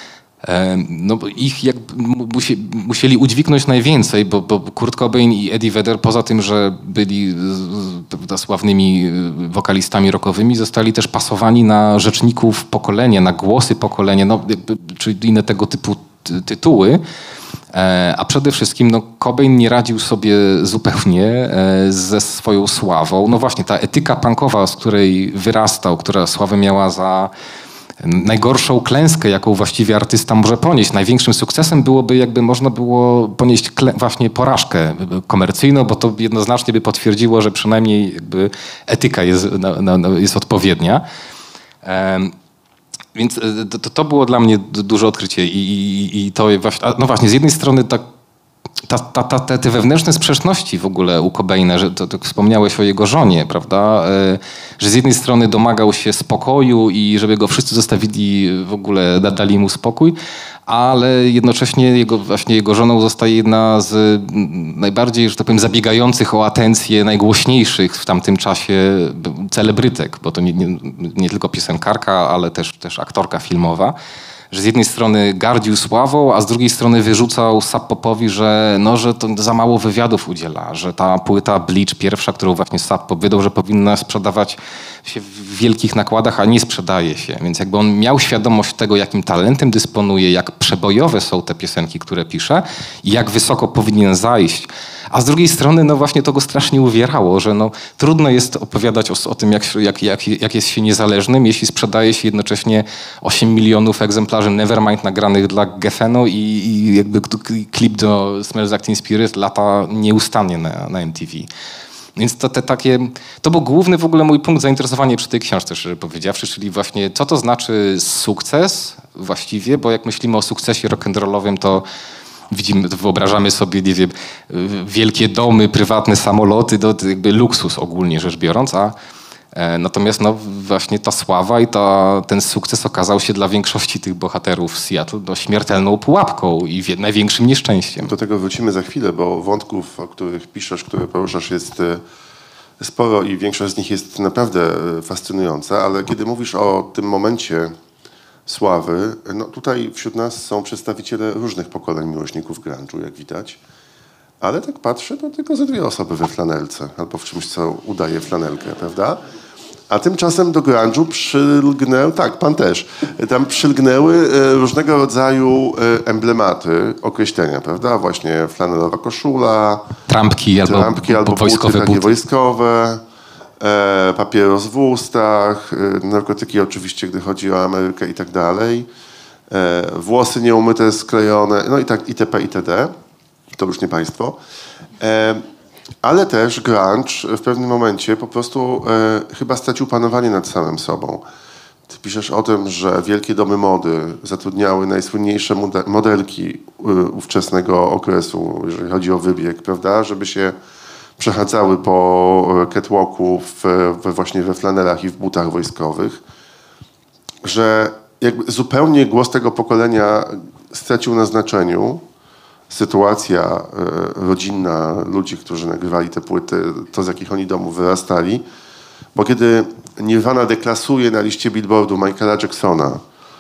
no ich musieli udźwignąć najwięcej, bo Kurt Cobain i Eddie Vedder poza tym, że byli sławnymi wokalistami rockowymi, zostali też pasowani na rzeczników pokolenia, na głosy pokolenia, no, czy inne tego typu tytuły. A przede wszystkim no, Cobain nie radził sobie zupełnie ze swoją sławą. No właśnie ta etyka punkowa, z której wyrastał, która sławę miała za najgorszą klęskę, jaką właściwie artysta może ponieść. Największym sukcesem byłoby, jakby można było ponieść właśnie porażkę komercyjną, bo to jednoznacznie by potwierdziło, że przynajmniej jakby etyka jest odpowiednia. Więc to było dla mnie duże odkrycie i to właśnie, no właśnie, z jednej strony te wewnętrzne sprzeczności w ogóle u Cobaina, że to wspomniałeś o jego żonie, prawda, że z jednej strony domagał się spokoju i żeby go wszyscy zostawili, w ogóle dali mu spokój, ale jednocześnie jego żoną zostaje jedna z najbardziej, że tak powiem, zabiegających o atencję, najgłośniejszych w tamtym czasie celebrytek, bo to nie tylko piosenkarka, ale też aktorka filmowa. że z jednej strony gardził sławą, a z drugiej strony wyrzucał Sub Popowi, że to za mało wywiadów udziela, że ta płyta Bleach pierwsza, którą właśnie Sub Pop wydał, że powinna sprzedawać się w wielkich nakładach, a nie sprzedaje się. Więc jakby on miał świadomość tego, jakim talentem dysponuje, jak przebojowe są te piosenki, które pisze i jak wysoko powinien zajść. A z drugiej strony, właśnie to go strasznie uwierało, że trudno jest opowiadać o tym, jak jest się niezależnym, jeśli sprzedaje się jednocześnie 8 milionów egzemplarzy Nevermind nagranych dla Gethenu i jakby klip do Smells Like Teen Spirit lata nieustannie na MTV. Więc to był główny w ogóle mój punkt zainteresowania przy tej książce, szczerze powiedziawszy, czyli właśnie co to znaczy sukces właściwie, bo jak myślimy o sukcesie rock'n'rollowym, to wyobrażamy sobie, nie wiem, wielkie domy, prywatne samoloty, jakby luksus ogólnie rzecz biorąc, natomiast właśnie ta sława i ten sukces okazał się dla większości tych bohaterów z Seattle śmiertelną pułapką i największym nieszczęściem. Do tego wrócimy za chwilę, bo wątków, o których piszesz, które poruszasz, jest sporo i większość z nich jest naprawdę fascynująca, ale kiedy mówisz o tym momencie sławy, tutaj wśród nas są przedstawiciele różnych pokoleń miłośników grunge'u, jak widać, ale tak patrzę, to tylko ze 2 osoby we flanelce, albo w czymś, co udaje flanelkę, prawda? A tymczasem do grunge'u przylgnęły, tak, pan też, tam przylgnęły różnego rodzaju emblematy, określenia, prawda? Właśnie flanelowa koszula, trampki albo wojskowe buty. Takie wojskowe, papieros w ustach, narkotyki oczywiście, gdy chodzi o Amerykę i tak dalej, włosy nieumyte, sklejone, itp. itd. To już nie państwo. Ale też grunge w pewnym momencie po prostu chyba stracił panowanie nad samym sobą. Ty piszesz o tym, że wielkie domy mody zatrudniały najsłynniejsze modelki ówczesnego okresu, jeżeli chodzi o wybieg, prawda, żeby się przechadzały po catwalku właśnie we flanelach i w butach wojskowych, że jakby zupełnie głos tego pokolenia stracił na znaczeniu. Sytuacja rodzinna ludzi, którzy nagrywali te płyty, to z jakich oni domów wyrastali, bo kiedy Nirvana deklasuje na liście Billboardu Michaela Jacksona,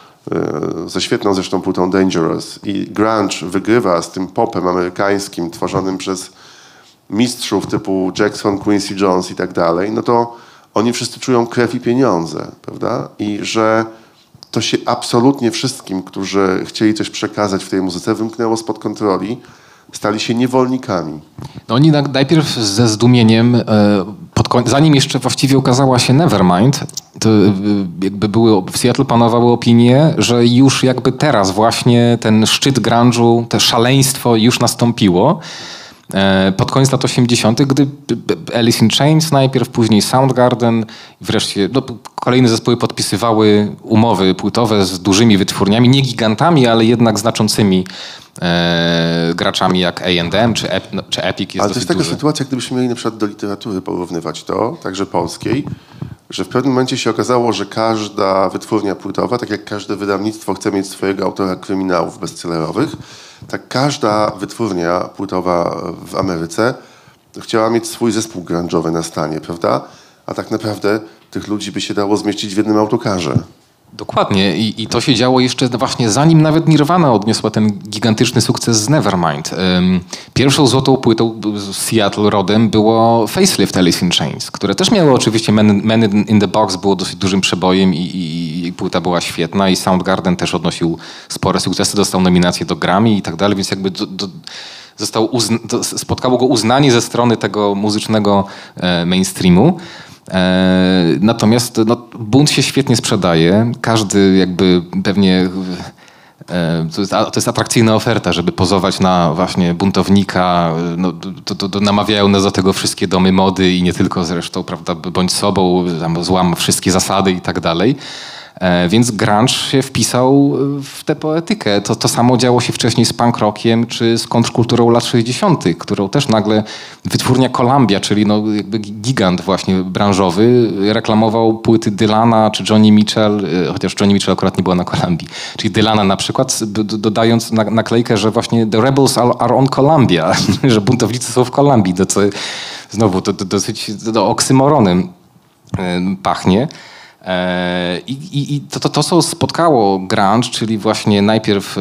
ze świetną zresztą płytą Dangerous, i grunge wygrywa z tym popem amerykańskim tworzonym przez mistrzów typu Jackson, Quincy Jones i tak dalej, to oni wszyscy czują krew i pieniądze, prawda? I że to się absolutnie wszystkim, którzy chcieli coś przekazać w tej muzyce, wymknęło spod kontroli, stali się niewolnikami. Oni najpierw ze zdumieniem, zanim jeszcze właściwie ukazała się Nevermind, to jakby w Seattle panowały opinie, że już jakby teraz właśnie ten szczyt grunge'u, to szaleństwo już nastąpiło. Pod koniec lat 80., gdy Alice in Chains najpierw, później Soundgarden, wreszcie kolejne zespoły podpisywały umowy płytowe z dużymi wytwórniami, nie gigantami, ale jednak znaczącymi graczami jak A&M czy Epic. Ale to jest taka sytuacja, gdybyśmy mieli na przykład do literatury porównywać to, także polskiej, że w pewnym momencie się okazało, że każda wytwórnia płytowa, tak jak każde wydawnictwo chce mieć swojego autora kryminałów bestsellerowych, tak każda wytwórnia płytowa w Ameryce chciała mieć swój zespół grunge'owy na stanie, prawda? A tak naprawdę tych ludzi by się dało zmieścić w jednym autokarze. Dokładnie. I to się działo jeszcze właśnie zanim nawet Nirvana odniosła ten gigantyczny sukces z Nevermind. Pierwszą złotą płytą z Seattle rodem było Facelift Alice in Chains, które też miało oczywiście Man in the Box, było dosyć dużym przebojem i płyta była świetna i Soundgarden też odnosił spore sukcesy, dostał nominację do Grammy i tak dalej, więc jakby spotkało go uznanie ze strony tego muzycznego mainstreamu. Natomiast bunt się świetnie sprzedaje. Każdy jakby pewnie... To jest atrakcyjna oferta, żeby pozować na właśnie buntownika. Namawiają nas do tego wszystkie domy mody i nie tylko zresztą, prawda, bądź sobą, złam wszystkie zasady i tak dalej. Więc grunge się wpisał w tę poetykę. To samo działo się wcześniej z punk rockiem czy z kontrkulturą lat 60., którą też nagle wytwórnia Columbia, czyli jakby gigant właśnie branżowy, reklamował płyty Dylana czy Johnny Mitchell, chociaż Johnny Mitchell akurat nie była na Columbii. Czyli Dylana na przykład, dodając naklejkę, że właśnie the rebels are on Columbia, że buntownicy są w Columbii. Znowu to dosyć oksymoronem pachnie. I to co spotkało grunge, czyli właśnie najpierw,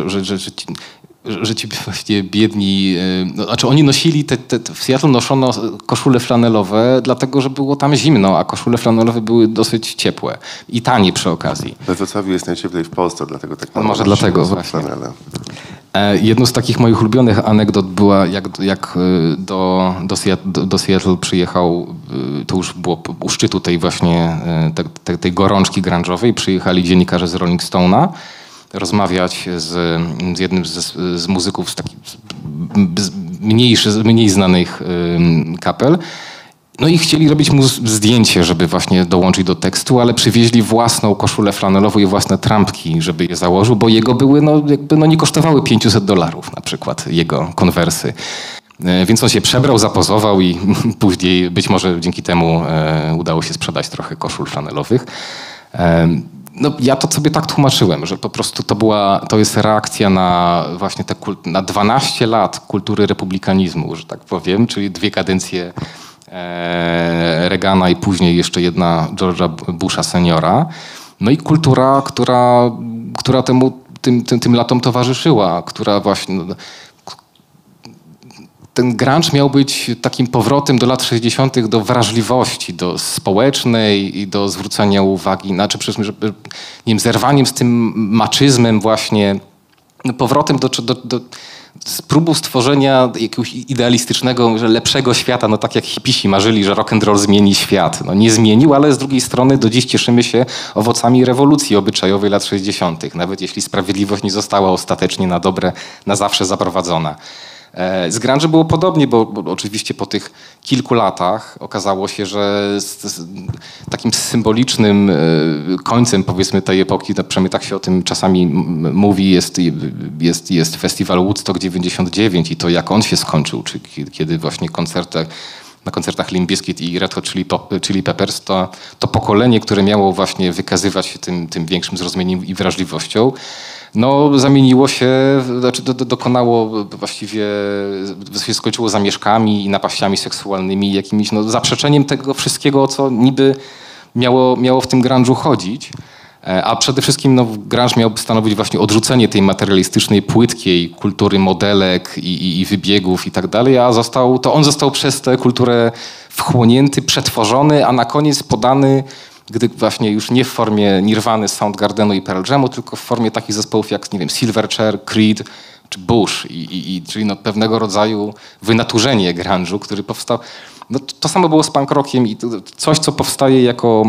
że ci właśnie biedni, znaczy oni nosili, w Seattle noszono koszule flanelowe, dlatego że było tam zimno, a koszule flanelowe były dosyć ciepłe i tanie przy okazji. We Wrocławiu jest najcieplej w Polsce, dlatego tak może dlatego właśnie. Flanele. Jedną z takich moich ulubionych anegdot była, jak do Seattle przyjechał, to już było u szczytu tej właśnie tej gorączki grunge'owej, przyjechali dziennikarze z Rolling Stone'a rozmawiać z jednym z muzyków z takich mniej znanych kapel. No i chcieli robić mu zdjęcie, żeby właśnie dołączyć do tekstu, ale przywieźli własną koszulę flanelową i własne trampki, żeby je założył, bo jego były, nie kosztowały $500 na przykład, jego konwersy. Więc on się przebrał, zapozował i później być może dzięki temu udało się sprzedać trochę koszul flanelowych. No, ja to sobie tak tłumaczyłem, że po prostu to jest reakcja na właśnie na 12 lat kultury republikanizmu, że tak powiem, czyli 2 kadencje Reagana i później jeszcze jedna George'a Busha seniora. No i kultura, która tym latom towarzyszyła, która właśnie... Ten grunge miał być takim powrotem do lat 60. do wrażliwości, do społecznej i do zwrócenia uwagi, zerwaniem z tym maczyzmem właśnie, powrotem do próbu stworzenia jakiegoś idealistycznego, lepszego świata, tak jak hipisi marzyli, że rock and roll zmieni świat. Nie zmienił, ale z drugiej strony do dziś cieszymy się owocami rewolucji obyczajowej lat 60., nawet jeśli sprawiedliwość nie została ostatecznie na dobre, na zawsze zaprowadzona. Z grunge było podobnie, bo oczywiście po tych kilku latach okazało się, że takim symbolicznym końcem, powiedzmy, tej epoki, przynajmniej tak się o tym czasami mówi, jest festiwal Woodstock 99 i to jak on się skończył, czy kiedy właśnie na koncertach Limp Bizkit i Red Hot Chili Peppers to pokolenie, które miało właśnie wykazywać się tym większym zrozumieniem i wrażliwością, zamieniło się, dokonało właściwie, się skończyło zamieszkami i napaściami seksualnymi, jakimiś zaprzeceniem tego wszystkiego, o co niby miało w tym grunge'u chodzić. A przede wszystkim grunge miał stanowić właśnie odrzucenie tej materialistycznej, płytkiej kultury modelek i wybiegów i tak dalej, a on został przez tę kulturę wchłonięty, przetworzony, a na koniec podany, gdy właśnie już nie w formie Nirwany, Soundgardenu i Pearl Jamu, tylko w formie takich zespołów jak, Silverchair, Creed czy Bush, czyli pewnego rodzaju wynaturzenie grunge'u, który powstał. To samo było z punk rockiem i coś, co powstaje jako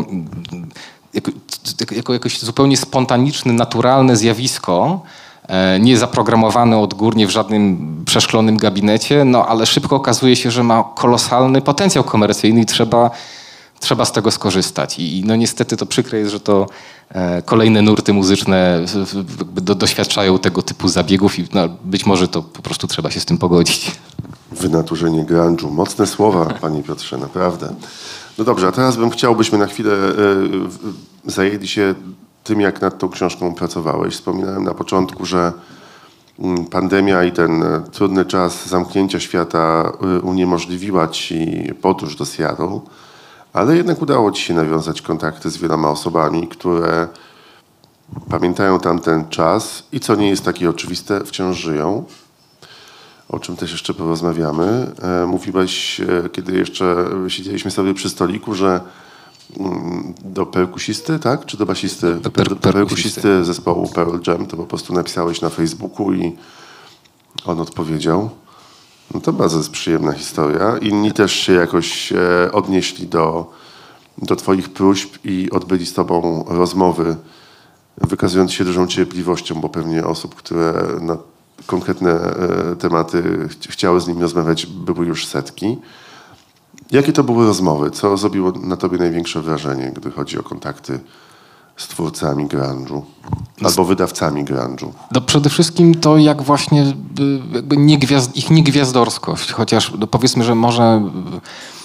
jakoś zupełnie spontaniczne, naturalne zjawisko, nie zaprogramowane odgórnie w żadnym przeszklonym gabinecie, ale szybko okazuje się, że ma kolosalny potencjał komercyjny i trzeba z tego skorzystać. I niestety to przykre jest, że to kolejne nurty muzyczne doświadczają tego typu zabiegów i być może to po prostu trzeba się z tym pogodzić. Wynaturzenie grunge'u. Mocne słowa, panie Piotrze, naprawdę. No dobrze, a teraz byśmy na chwilę zajęli się tym, jak nad tą książką pracowałeś. Wspominałem na początku, że pandemia i ten trudny czas zamknięcia świata uniemożliwiła ci podróż do Seattle, ale jednak udało ci się nawiązać kontakty z wieloma osobami, które pamiętają tamten czas i co nie jest takie oczywiste, wciąż żyją. O czym też jeszcze porozmawiamy. Mówiłeś, kiedy jeszcze siedzieliśmy sobie przy stoliku, że do perkusisty, tak? Czy do basisty? Do perkusisty zespołu Pearl Jam to po prostu napisałeś na Facebooku i on odpowiedział. To bardzo jest przyjemna historia. Inni też się jakoś odnieśli do twoich próśb i odbyli z tobą rozmowy, wykazując się dużą cierpliwością, bo pewnie osób, które na konkretne tematy chciały z nimi rozmawiać, były już setki. Jakie to były rozmowy? Co zrobiło na tobie największe wrażenie, gdy chodzi o kontakty z twórcami grunge'u albo wydawcami grunge'u? Przede wszystkim to, jak właśnie ich niegwiazdorskość, chociaż powiedzmy, że może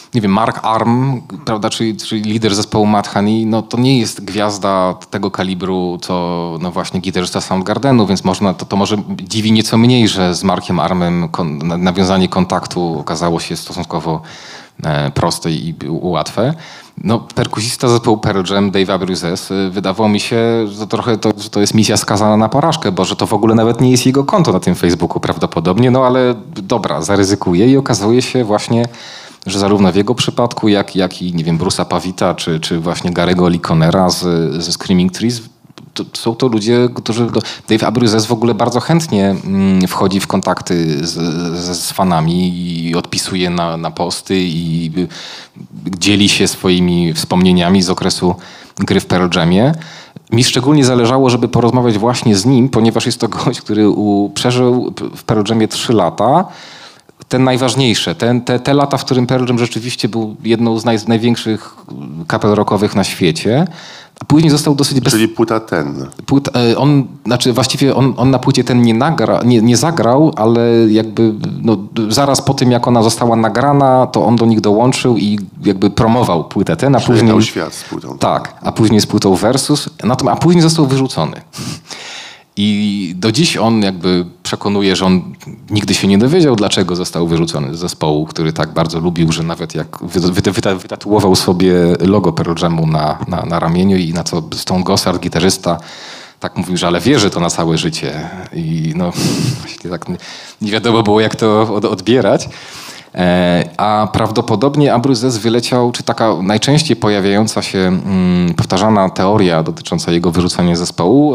nie wiem, Mark Arm, prawda, czyli lider zespołu Mudhoney, no to nie jest gwiazda tego kalibru, co no właśnie gitarzysta Soundgardenu, więc to może dziwi nieco mniej, że z Markiem Armem nawiązanie kontaktu okazało się stosunkowo proste i łatwe. No, perkusista zespołu Pearl Jam, Dave Abruzzes, wydawało mi się, że trochę że to jest misja skazana na porażkę, bo że to w ogóle nawet nie jest jego konto na tym Facebooku prawdopodobnie, no ale dobra, zaryzykuję i okazuje się właśnie, że zarówno w jego przypadku, jak i nie wiem, Bruce'a Pavita, czy właśnie Gary'ego Liconera ze Screaming Trees, są to ludzie, którzy... Dave Abruzzes w ogóle bardzo chętnie wchodzi w kontakty z fanami i odpisuje na posty i dzieli się swoimi wspomnieniami z okresu gry w Pearl Jamie. Mi szczególnie zależało, żeby porozmawiać właśnie z nim, ponieważ jest to gość, który przeżył w Pearl Jamie 3 lata. Te najważniejsze, te lata, w którym Pearl Jam rzeczywiście był jedną z największych kapel rockowych na świecie. A później został dosyć... Czyli płyta Ten. Właściwie on na płycie Ten nie zagrał, ale jakby zaraz po tym, jak ona została nagrana, to on do nich dołączył i jakby promował płytę Ten, a później... świat z płytą. Tak, a później z płytą Versus, a później został wyrzucony. I do dziś on jakby przekonuje, że on nigdy się nie dowiedział, dlaczego został wyrzucony z zespołu, który tak bardzo lubił, że nawet jak wytatuował sobie logo Pearl Jamu na ramieniu i na co Stone Gossard, gitarzysta, tak mówił, że ale wierzy to na całe życie. I no właśnie tak nie wiadomo było, jak to odbierać. A prawdopodobnie Abruzzes wyleciał, czy taka najczęściej pojawiająca się powtarzana teoria dotycząca jego wyrzucenia z zespołu,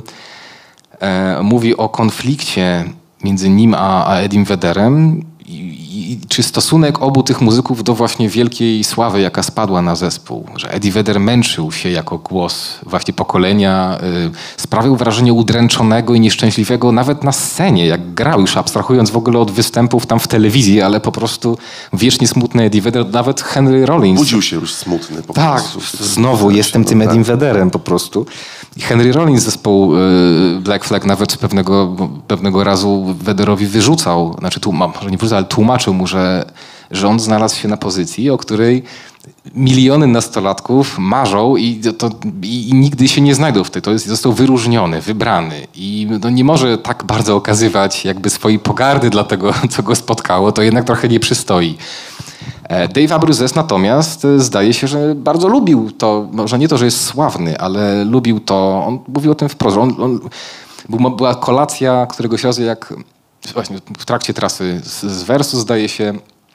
mówi o konflikcie między nim a Edim Vedderem i czy stosunek obu tych muzyków do właśnie wielkiej sławy, jaka spadła na zespół. Że Eddie Vedder męczył się jako głos właśnie pokolenia, sprawiał wrażenie udręczonego i nieszczęśliwego nawet na scenie, jak grał, już abstrahując w ogóle od występów tam w telewizji, ale po prostu wiecznie smutny Eddie Vedder, nawet Henry Rollins. Budził się już smutny po tak, prostu. znowu jestem tym Edim Vedderem po prostu. I Henry Rollins z zespołu Black Flag nawet pewnego razu Vedderowi wyrzucał, może nie wyrzucał, ale tłumaczył mu, że on znalazł się na pozycji, o której miliony nastolatków marzą i nigdy się nie znajdą w tej. Został wyróżniony, wybrany i nie może tak bardzo okazywać jakby swojej pogardy dla tego, co go spotkało. To jednak trochę nie przystoi. Dave Abruzzes natomiast zdaje się, że bardzo lubił to, może nie to, że jest sławny, ale lubił to, on mówił o tym wprost. Była kolacja któregoś razu, jak właśnie w trakcie trasy z Versus, zdaje się,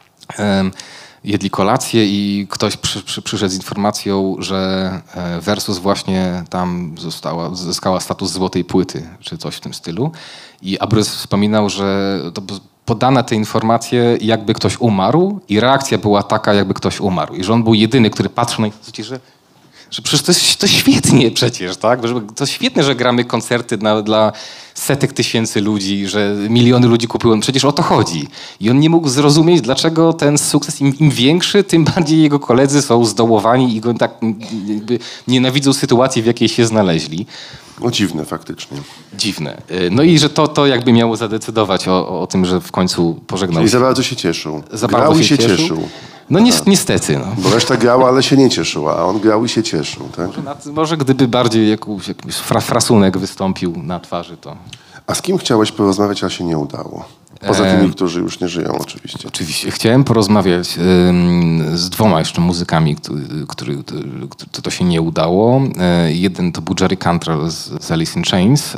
jedli kolację i ktoś przyszedł z informacją, że Versus właśnie tam zyskała status złotej płyty, czy coś w tym stylu. I Abruzzes wspominał, że podane te informacje, jakby ktoś umarł i reakcja była taka, jakby ktoś umarł. I że on był jedyny, który patrzył na nich, że przecież to świetnie przecież, tak? To świetnie, że gramy koncerty dla setek tysięcy ludzi, że miliony ludzi kupują. Przecież o to chodzi. I on nie mógł zrozumieć, dlaczego ten sukces im większy, tym bardziej jego koledzy są zdołowani i go tak jakby nienawidzą sytuacji, w jakiej się znaleźli. No dziwne faktycznie. Dziwne. No i że to jakby miało zadecydować o tym, że w końcu pożegnał I się. za bardzo się cieszył. Grał Grał i się cieszył. No niestety. No. Bo reszta grała, ale się nie cieszyła, a on grał i się cieszył. Tak? Może gdyby bardziej jakiś frasunek wystąpił na twarzy, to... A z kim chciałeś porozmawiać, a się nie udało? Poza tymi, którzy już nie żyją oczywiście. Oczywiście. Chciałem porozmawiać z 2 jeszcze muzykami, których to się nie udało. Jeden to był Jerry Cantrell z Alice in Chains.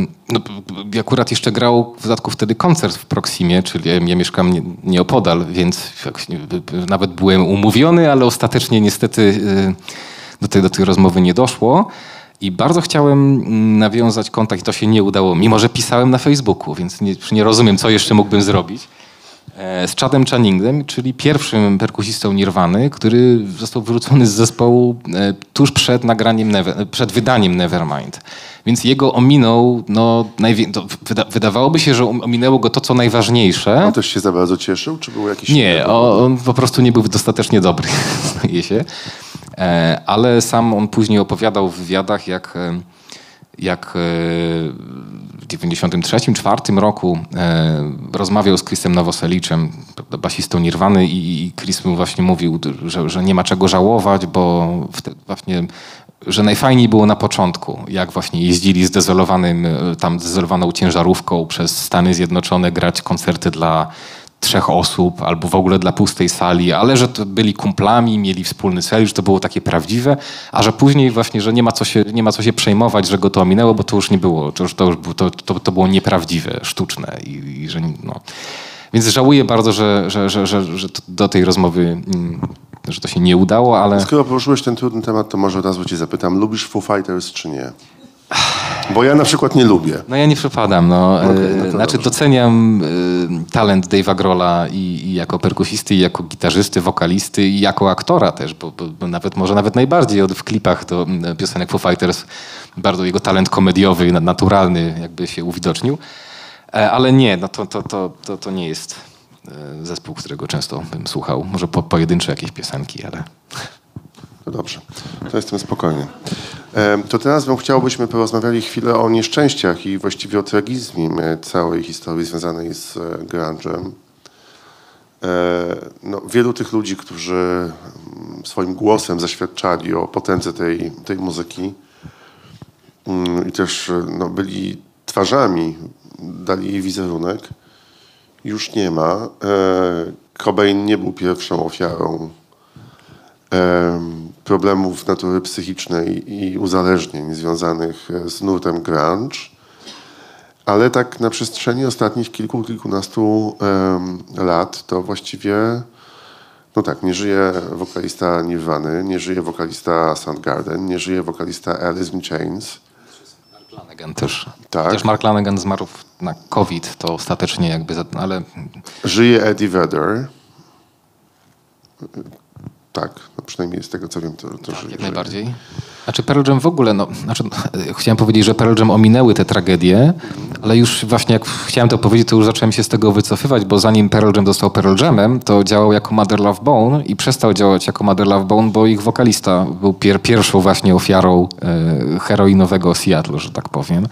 Akurat jeszcze grał w dodatku wtedy koncert w Proximie, czyli ja mieszkam nieopodal, więc nawet byłem umówiony, ale ostatecznie niestety do tej rozmowy nie doszło. I bardzo chciałem nawiązać kontakt i to się nie udało, mimo że pisałem na Facebooku, więc nie rozumiem, co jeszcze mógłbym zrobić. Z Chadem Channingem, czyli pierwszym perkusistą Nirwany, który został wyrzucony z zespołu tuż przed wydaniem Nevermind. Więc jego ominął, wydawałoby się, że ominęło go to, co najważniejsze. On też się za bardzo cieszył, czy był jakiś... Nie, on po prostu nie był dostatecznie dobry, zdaje się. Ale sam on później opowiadał w wywiadach, jak 1993-1994 roku rozmawiał z Chrisem Nowoseliczem, basistą Nirwany, i Chris mu właśnie mówił, że nie ma czego żałować, bo właśnie, że najfajniej było na początku, jak właśnie jeździli zdezolowaną ciężarówką przez Stany Zjednoczone grać koncerty dla 3 osób albo w ogóle dla pustej sali, ale że to byli kumplami, mieli wspólny cel, że to było takie prawdziwe, a że później właśnie, że nie ma co się przejmować, że go to ominęło, bo to już nie było, to było nieprawdziwe, sztuczne i że no. Więc żałuję bardzo, że do tej rozmowy, że to się nie udało, ale... Skoro poruszyłeś ten trudny temat, to może od razu cię zapytam, lubisz Foo Fighters czy nie? Bo ja na przykład nie lubię. No ja nie przepadam. Dobrze. Doceniam talent Dave'a Grohla i jako perkusisty, i jako gitarzysty, wokalisty, i jako aktora też, bo może nawet najbardziej w klipach do piosenek Foo Fighters bardzo jego talent komediowy, naturalny jakby się uwidocznił. Ale nie, no to nie jest zespół, którego często bym słuchał. Może pojedyncze jakieś piosenki, ale... To dobrze, to jestem spokojny. To teraz chciałbyśmy porozmawiali chwilę o nieszczęściach i właściwie o tragizmie całej historii związanej z grunge'em. Wielu tych ludzi, którzy swoim głosem zaświadczali o potędze tej muzyki i też byli twarzami, dali jej wizerunek, już nie ma. Cobain nie był pierwszą ofiarą problemów natury psychicznej i uzależnień związanych z nurtem grunge, ale tak na przestrzeni ostatnich kilkunastu lat to właściwie nie żyje wokalista Nirwany, nie żyje wokalista Soundgarden, nie żyje wokalista Alice in Chains. Mark Lanegan też. Tak. Chociaż Mark Lanegan zmarł na COVID, to ostatecznie ale... Żyje Eddie Vedder. Tak, przynajmniej z tego co wiem, to tak, jak najbardziej. Znaczy Pearl Jam w ogóle, chciałem powiedzieć, że Pearl Jam ominęły te tragedie, ale już właśnie jak chciałem to powiedzieć, to już zacząłem się z tego wycofywać, bo zanim Pearl Jam został Pearl Jamem, to działał jako Mother Love Bone i przestał działać jako Mother Love Bone, bo ich wokalista był pierwszą właśnie ofiarą heroinowego Seattle, że tak powiem.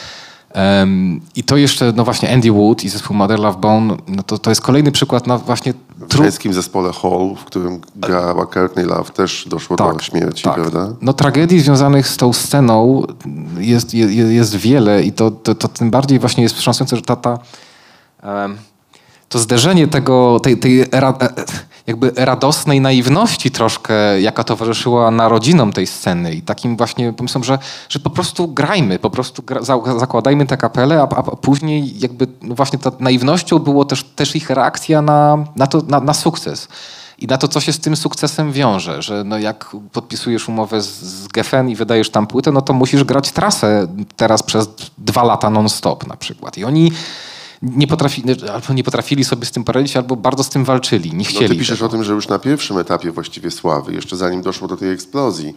I to jeszcze, właśnie Andy Wood i zespół Mother Love Bone, to jest kolejny przykład na właśnie... W szwedzkim zespole Hall, w którym grała Courtney Love, też doszło do śmierci, prawda? Tragedii związanych z tą sceną jest wiele i to tym bardziej właśnie jest wstrząsające, że to zderzenie tej jakby radosnej naiwności troszkę, jaka towarzyszyła narodzinom tej sceny i takim właśnie pomysłem, że po prostu grajmy, po prostu zakładajmy tę kapelę, a później jakby właśnie ta naiwnością było też ich reakcja na sukces. I na to, co się z tym sukcesem wiąże, że jak podpisujesz umowę z Geffen i wydajesz tam płytę, to musisz grać trasę teraz przez 2 lata non-stop na przykład. I oni nie potrafili sobie z tym poradzić, albo bardzo z tym walczyli, nie chcieli. Ty piszesz tego. o tym, że już na pierwszym etapie właściwie sławy, jeszcze zanim doszło do tej eksplozji,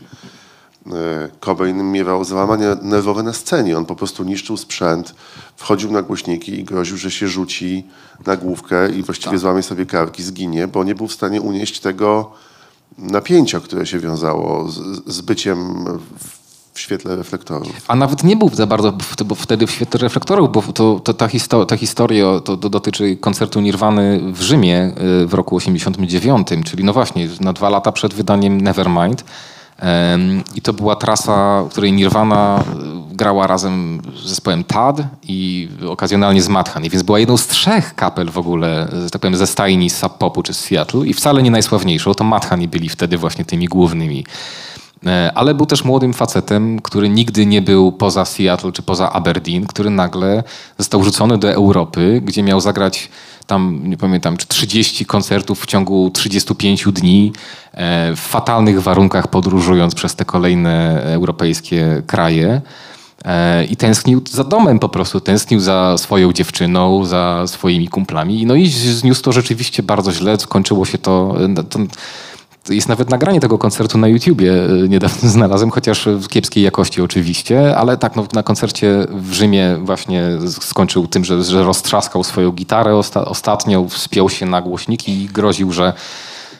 Cobain miewał załamania nerwowe na scenie. On po prostu niszczył sprzęt, wchodził na głośniki i groził, że się rzuci na główkę i właściwie złamie sobie kark i zginie, bo nie był w stanie unieść tego napięcia, które się wiązało z byciem w świetle reflektorów. A nawet nie był za bardzo wtedy w świetle reflektorów, bo ta historia dotyczy koncertu Nirwany w Rzymie w roku 89, czyli właśnie na 2 lata przed wydaniem Nevermind. I to była trasa, w której Nirvana grała razem z zespołem Tad i okazjonalnie z Madhan. Więc była jedną z 3 kapel w ogóle, że tak powiem, ze stajni z Sub Popu czy z Seattle i wcale nie najsławniejszą. To Madhani byli wtedy właśnie tymi głównymi. Ale był też młodym facetem, który nigdy nie był poza Seattle czy poza Aberdeen, który nagle został rzucony do Europy, gdzie miał zagrać tam, nie pamiętam, czy 30 koncertów w ciągu 35 dni w fatalnych warunkach, podróżując przez te kolejne europejskie kraje. I tęsknił za domem po prostu, tęsknił za swoją dziewczyną, za swoimi kumplami. I zniósł to rzeczywiście bardzo źle, skończyło się to jest nawet nagranie tego koncertu na YouTubie, niedawno znalazłem, chociaż w kiepskiej jakości oczywiście, ale na koncercie w Rzymie właśnie skończył tym, że roztrzaskał swoją gitarę ostatnią, wspiął się na głośniki i groził, że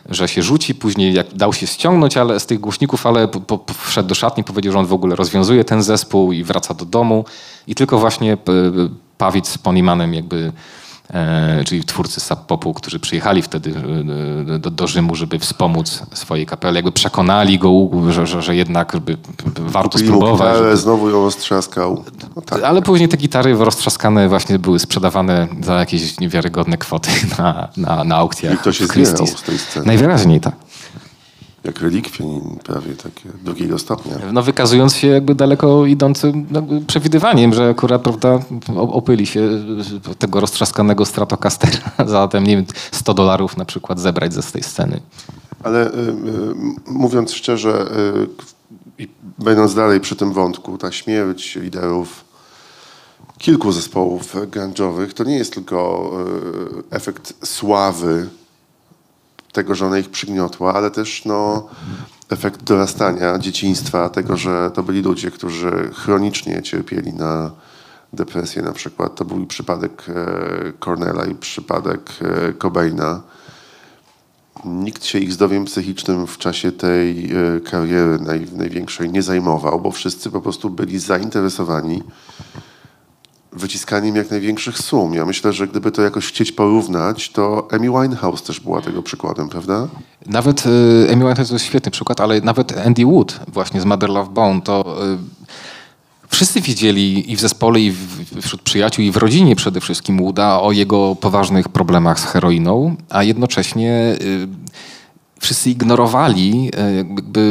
że się rzuci, później jak dał się ściągnąć ale z tych głośników, ale wszedł do szatni, powiedział, że on w ogóle rozwiązuje ten zespół i wraca do domu i tylko właśnie Pavic z Ponymanem jakby, czyli twórcy Sub Popu, którzy przyjechali wtedy do Rzymu, żeby wspomóc swojej kapeli, jakby przekonali go, że jednak warto spróbować. Ale znowu ją roztrzaskał. No tak. Ale później te gitary roztrzaskane właśnie były sprzedawane za jakieś niewiarygodne kwoty na aukcjach. I to się zbierał z tej sceny. Najwyraźniej tak. Jak relikwie, prawie takie drugiego stopnia. No wykazując się jakby daleko idącym przewidywaniem, że akurat, prawda, opyli się tego roztrzaskanego Stratocastera zatem, nie wiem, $100 na przykład zebrać z tej sceny. Ale mówiąc szczerze, będąc dalej przy tym wątku, ta śmierć liderów kilku zespołów grunge'owych to nie jest tylko efekt sławy tego, że ona ich przygniotła, ale też efekt dorastania, dzieciństwa, tego, że to byli ludzie, którzy chronicznie cierpieli na depresję na przykład. To był przypadek Cornella i przypadek Cobaina. Nikt się ich zdrowiem psychicznym w czasie tej kariery największej nie zajmował, bo wszyscy po prostu byli zainteresowani wyciskaniem jak największych sum. Ja myślę, że gdyby to jakoś chcieć porównać, to Amy Winehouse też była tego przykładem, prawda? Nawet Amy Winehouse to jest świetny przykład, ale nawet Andy Wood właśnie z Mother Love Bone, to wszyscy wiedzieli i w zespole, i wśród przyjaciół, i w rodzinie przede wszystkim Wooda o jego poważnych problemach z heroiną, a jednocześnie wszyscy ignorowali jakby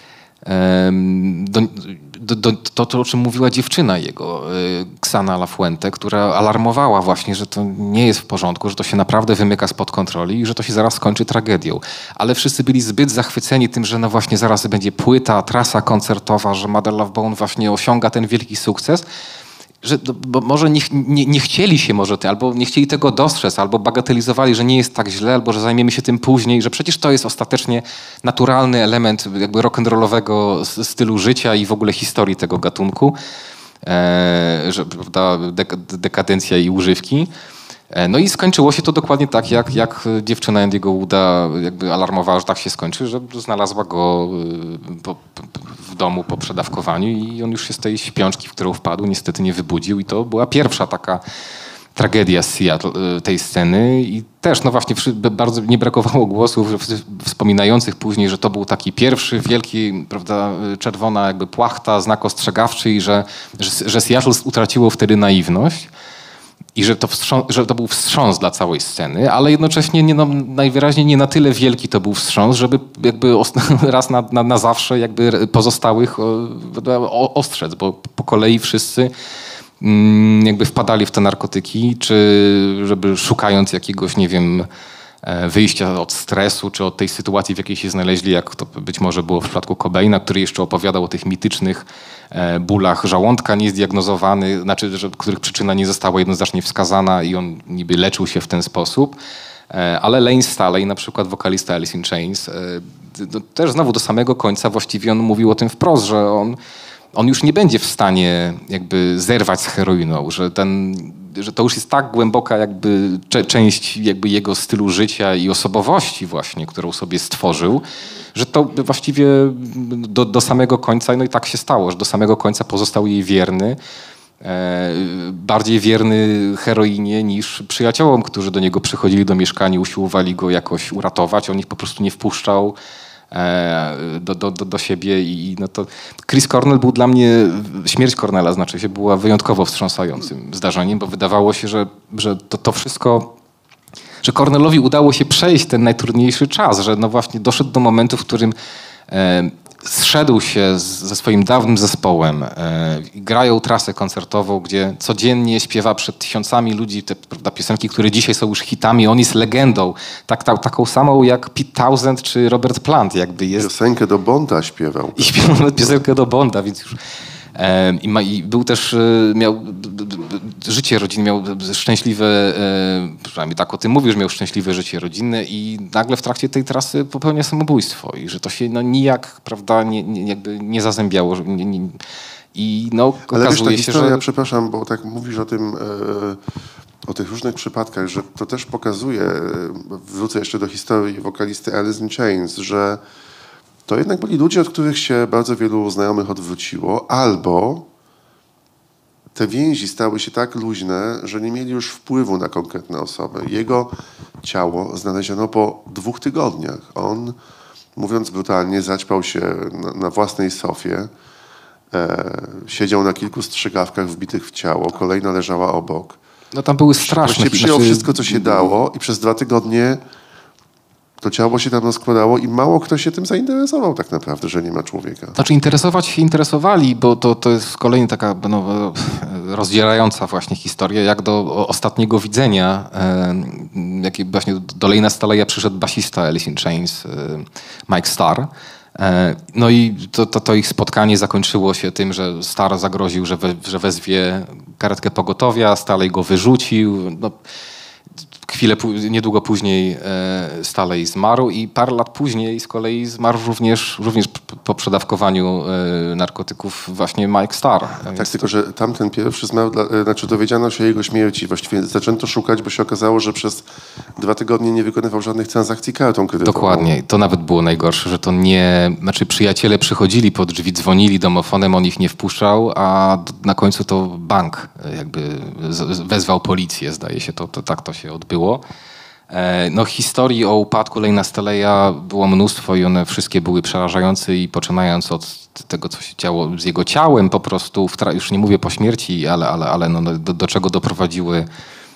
to, o czym mówiła dziewczyna jego, Xana Lafuente, która alarmowała właśnie, że to nie jest w porządku, że to się naprawdę wymyka spod kontroli i że to się zaraz skończy tragedią. Ale wszyscy byli zbyt zachwyceni tym, że no właśnie zaraz będzie płyta, trasa koncertowa, że Mother Love Bone właśnie osiąga ten wielki sukces, że bo może nie chcieli się albo nie chcieli tego dostrzec, albo bagatelizowali, że nie jest tak źle, albo że zajmiemy się tym później, że przecież to jest ostatecznie naturalny element jakby rock'n'rollowego stylu życia i w ogóle historii tego gatunku, że prawda, dekadencja i używki. No i skończyło się to dokładnie tak, jak dziewczyna Andy'ego Wooda jakby alarmowała, że tak się skończy, że znalazła go w domu po przedawkowaniu i on już się z tej śpiączki, w którą wpadł, niestety nie wybudził i to była pierwsza taka tragedia z Seattle, tej sceny i też no właśnie bardzo nie brakowało głosów wspominających później, że to był taki pierwszy wielki, prawda, czerwona jakby płachta, znak ostrzegawczy i że Seattle utraciło wtedy naiwność. I że to był wstrząs dla całej sceny, ale jednocześnie najwyraźniej nie na tyle wielki to był wstrząs, żeby jakby raz na zawsze jakby pozostałych ostrzec, bo po kolei wszyscy jakby wpadali w te narkotyki, czy żeby szukając jakiegoś, nie wiem, wyjścia od stresu, czy od tej sytuacji, w jakiej się znaleźli, jak to być może było w przypadku Cobaina, który jeszcze opowiadał o tych mitycznych bólach żołądka niezdiagnozowany, znaczy, których przyczyna nie została jednoznacznie wskazana i on niby leczył się w ten sposób. Ale Lane Staley, na przykład wokalista Alice in Chains, też znowu do samego końca właściwie on mówił o tym wprost, że on już nie będzie w stanie jakby zerwać z heroiną, że to już jest tak głęboka jakby część jakby jego stylu życia i osobowości właśnie, którą sobie stworzył, że to właściwie do samego końca, no i tak się stało, że do samego końca pozostał jej wierny, bardziej wierny heroinie niż przyjaciołom, którzy do niego przychodzili do mieszkania, usiłowali go jakoś uratować, on ich po prostu nie wpuszczał do siebie i no to Chris Cornell był dla mnie, śmierć Cornella znaczy się, była wyjątkowo wstrząsającym zdarzeniem, bo wydawało się, że to wszystko, że Cornellowi udało się przejść ten najtrudniejszy czas, że no właśnie doszedł do momentu, w którym zszedł się ze swoim dawnym zespołem, grają trasę koncertową, gdzie codziennie śpiewa przed tysiącami ludzi te prawda, piosenki, które dzisiaj są już hitami. On jest legendą, taką samą jak Pete Townshend czy Robert Plant jakby jest. Piosenkę do Bonda śpiewał. I śpiewał nawet piosenkę do Bonda, więc już... I był też, miał życie rodzinne, miał szczęśliwe, przynajmniej tak o tym mówił, że miał szczęśliwe życie rodzinne i nagle w trakcie tej trasy popełnia samobójstwo i że to się no, nijak, prawda, jakby nie zazębiało. I no, ale okazuje wiesz, ta się, historia, że... przepraszam, bo tak mówisz o tym o tych różnych przypadkach, że to też pokazuje, wrócę jeszcze do historii wokalisty Alice in Chains, że to jednak byli ludzie, od których się bardzo wielu znajomych odwróciło, albo te więzi stały się tak luźne, że nie mieli już wpływu na konkretne osoby. Jego ciało znaleziono po 2 tygodniach. On, mówiąc brutalnie, zaćpał się na własnej sofie, siedział na kilku strzykawkach wbitych w ciało, kolejna leżała obok. No tam były straszne. Właściwie przyjął wszystko, co się dało i przez 2 tygodnie to ciało się tam rozkładało i mało kto się tym zainteresował tak naprawdę, że nie ma człowieka. Znaczy interesować się interesowali, bo to jest kolejna taka rozdzierająca właśnie historia, jak do ostatniego widzenia, jak właśnie do Layna Staleya przyszedł basista Alice in Chains, Mike Starr. No i to ich spotkanie zakończyło się tym, że Starr zagroził, że wezwie karetkę pogotowia, Staley go wyrzucił. No, niedługo później Staley zmarł i parę lat później z kolei zmarł również po przedawkowaniu narkotyków właśnie Mike Starr. Tak, tylko że tamten pierwszy zmarł, dowiedziano się o jego śmierci. Właściwie zaczęto szukać, bo się okazało, że przez 2 tygodnie nie wykonywał żadnych transakcji kartą kredytową. Dokładnie. To nawet było najgorsze, że to przyjaciele przychodzili pod drzwi, dzwonili domofonem, on ich nie wpuszczał, a na końcu to bank jakby wezwał policję, zdaje się. Tak to się odbyło. No, historii o upadku Layna Staleya było mnóstwo i one wszystkie były przerażające i poczynając od tego, co się działo z jego ciałem po prostu, już nie mówię po śmierci, ale do czego doprowadziły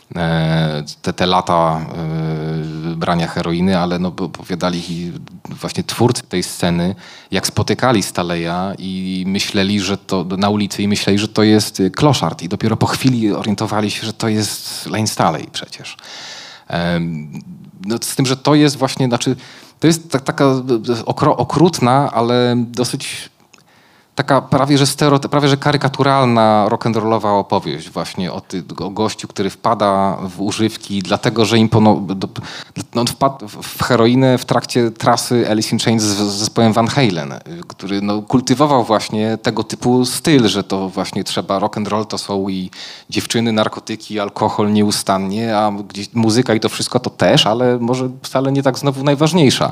te lata brania heroiny, ale no, opowiadali właśnie twórcy tej sceny, jak spotykali Staleya i myśleli, że to na ulicy i myśleli, że to jest kloszard i dopiero po chwili orientowali się, że to jest Lane Staley przecież. No, z tym, że to jest właśnie, to jest taka okrutna, ale dosyć taka prawie że karykaturalna rock'n'rollowa opowieść właśnie o gościu, który wpada w używki, dlatego że wpadł w heroinę w trakcie trasy Alice in Chains z zespołem Van Halen, który kultywował właśnie tego typu styl, że to właśnie trzeba rock'n'roll to są i dziewczyny, narkotyki, alkohol nieustannie, a gdzieś muzyka i to wszystko to też, ale może wcale nie tak znowu najważniejsza.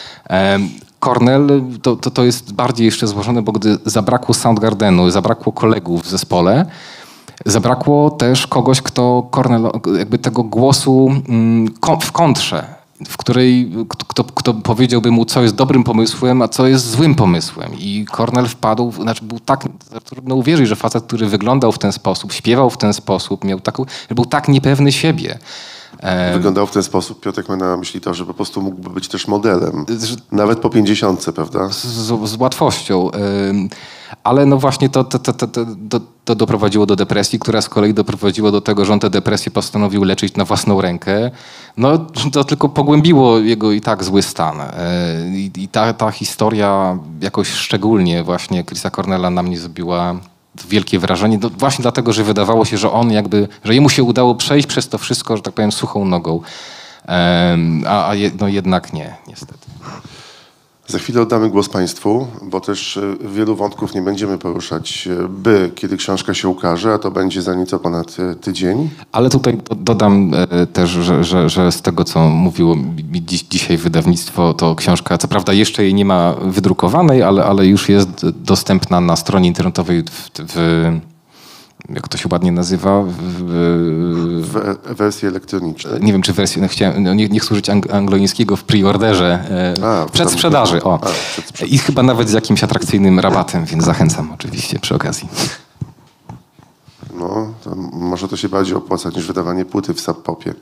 Cornell to jest bardziej jeszcze złożone, bo gdy zabrakło Soundgardenu, zabrakło kolegów w zespole, zabrakło też kogoś, kto Cornell, jakby tego głosu w kontrze, w której kto powiedziałby mu, co jest dobrym pomysłem, a co jest złym pomysłem. I Cornell wpadł, był tak, trudno uwierzyć, że facet, który wyglądał w ten sposób, śpiewał w ten sposób, był tak niepewny siebie. Wyglądał w ten sposób, Piotrek ma na myśli to, że po prostu mógłby być też modelem. Nawet po 50, prawda? Z łatwością. Ale no właśnie to doprowadziło do depresji, która z kolei doprowadziła do tego, że on tę depresję postanowił leczyć na własną rękę. No to tylko pogłębiło jego i tak zły stan. I ta historia jakoś szczególnie właśnie Chrisa Cornella na mnie zrobiła wielkie wrażenie, właśnie dlatego, że wydawało się, że on że jemu się udało przejść przez to wszystko, że tak powiem, suchą nogą. Jednak nie, niestety. Za chwilę oddamy głos Państwu, bo też wielu wątków nie będziemy poruszać, kiedy książka się ukaże, a to będzie za nieco ponad tydzień. Ale tutaj dodam też, że z tego, co mówiło mi dzisiaj wydawnictwo, to książka, co prawda jeszcze jej nie ma wydrukowanej, ale już jest dostępna na stronie internetowej jak to się ładnie nazywa? W wersji elektronicznej. Nie wiem, czy wersji, nie chcę użyć anglojskiego w preorderze. Przedsprzedaży. I chyba nawet z jakimś atrakcyjnym rabatem, więc zachęcam oczywiście przy okazji. No, to może to się bardziej opłaca niż wydawanie płyty w Sub Popie.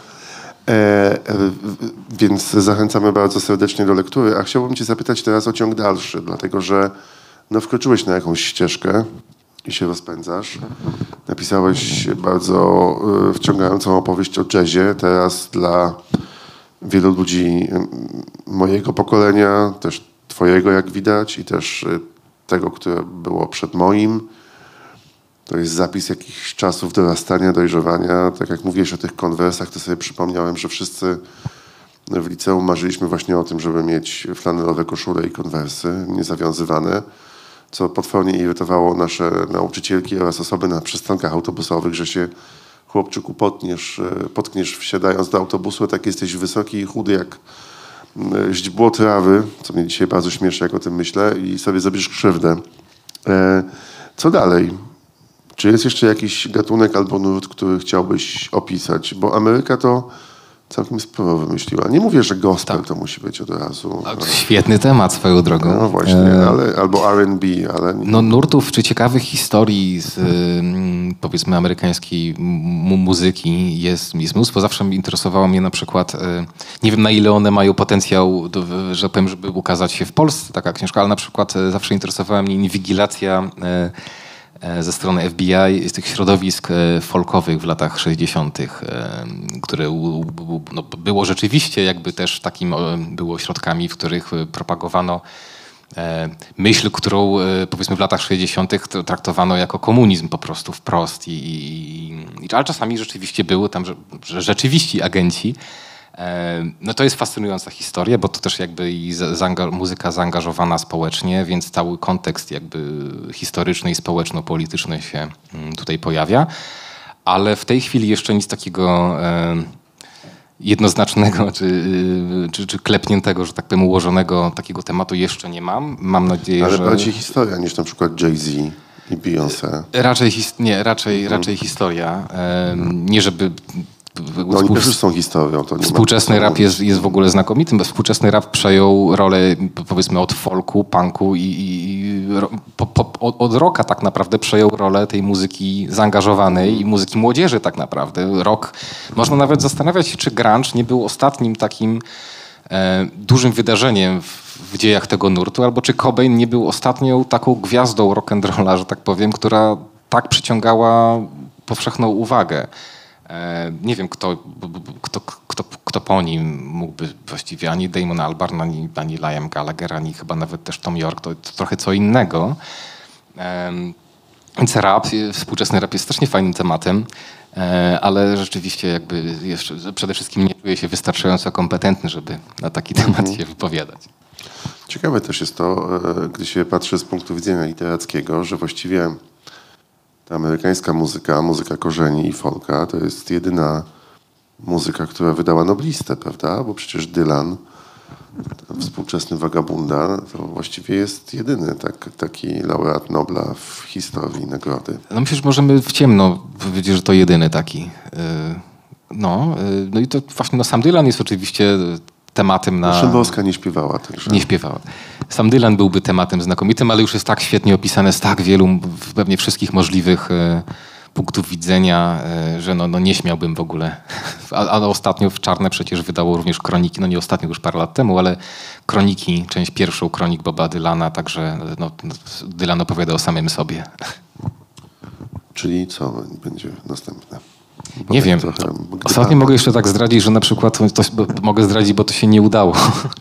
Więc zachęcamy bardzo serdecznie do lektury. A chciałbym Cię zapytać teraz o ciąg dalszy, dlatego że wkroczyłeś na jakąś ścieżkę i się rozpędzasz. Napisałeś bardzo wciągającą opowieść o jazzie. Teraz dla wielu ludzi mojego pokolenia, też twojego jak widać i też tego, które było przed moim. To jest zapis jakichś czasów dorastania, dojrzewania. Tak jak mówiłeś o tych konwersach, to sobie przypomniałem, że wszyscy w liceum marzyliśmy właśnie o tym, żeby mieć flanelowe koszule i konwersy niezawiązywane, co potwornie irytowało nasze nauczycielki oraz osoby na przystankach autobusowych, że się chłopczyku, potkniesz wsiadając do autobusu, tak jesteś wysoki i chudy jak źdźbło trawy, co mnie dzisiaj bardzo śmieszy, jak o tym myślę, i sobie zrobisz krzywdę. Co dalej? Czy jest jeszcze jakiś gatunek albo nurt, który chciałbyś opisać? Bo Ameryka to całkiem sporo wymyśliła. Nie mówię, że gospel to musi być od razu. Świetny temat swoją drogą. No właśnie, albo R&B, ale... No nurtów czy ciekawych historii z powiedzmy amerykańskiej muzyki jest mnóstwo. Zawsze interesowało mnie na przykład, nie wiem na ile one mają potencjał, że powiem, żeby ukazać się w Polsce, taka książka, ale na przykład zawsze interesowała mnie inwigilacja ze strony FBI z tych środowisk folkowych w latach 60., które było rzeczywiście jakby też takim, było ośrodkami, w których propagowano myśl, którą powiedzmy w latach 60. traktowano jako komunizm po prostu wprost. Ale czasami rzeczywiście były tam że rzeczywiści agenci. No to jest fascynująca historia, bo to też jakby i muzyka zaangażowana społecznie, więc cały kontekst jakby historyczny i społeczno-polityczny się tutaj pojawia. Ale w tej chwili jeszcze nic takiego jednoznacznego czy klepniętego, że tak powiem, ułożonego takiego tematu jeszcze nie mam. Mam nadzieję, ale że... bardziej historia niż na przykład Jay-Z i Beyoncé. Raczej historia. Nie żeby... No oni też już są historią. To nie Współczesny rap jest w ogóle znakomitym. Współczesny rap przejął rolę powiedzmy od folku, punku i od rocka tak naprawdę przejął rolę tej muzyki zaangażowanej i muzyki młodzieży tak naprawdę. Rock, można nawet zastanawiać się, czy grunge nie był ostatnim takim dużym wydarzeniem w dziejach tego nurtu, albo czy Cobain nie był ostatnią taką gwiazdą rock'n'rolla, że tak powiem, która tak przyciągała powszechną uwagę. Nie wiem, kto po nim mógłby właściwie, ani Damon Albarn, ani Liam Gallagher, ani chyba nawet też Tom York, to trochę co innego. Więc współczesny rap jest strasznie fajnym tematem, ale rzeczywiście jakby jeszcze przede wszystkim nie czuję się wystarczająco kompetentny, żeby na taki temat się wypowiadać. Ciekawe też jest to, gdy się patrzy z punktu widzenia literackiego, że właściwie ta amerykańska muzyka korzeni i folka, to jest jedyna muzyka, która wydała noblistę, prawda? Bo przecież Dylan, współczesny wagabunda, to właściwie jest jedyny taki laureat Nobla w historii nagrody. No myślę, że możemy w ciemno powiedzieć, że to jedyny taki. No i to właśnie sam Dylan jest oczywiście tematem na... Szymborska nie śpiewała. Także. Nie śpiewała. Sam Dylan byłby tematem znakomitym, ale już jest tak świetnie opisane z tak wielu, pewnie wszystkich możliwych punktów widzenia, że nie śmiałbym w ogóle. Ale ostatnio w Czarne przecież wydało również kroniki, nie ostatnio, już parę lat temu, ale kroniki, część pierwszą kronik Boba Dylana, także Dylan opowiada o samym sobie. Czyli co będzie następne? Nie wiem. Ostatnio mogę jeszcze tak zdradzić, że na przykład, mogę zdradzić, bo to się nie udało,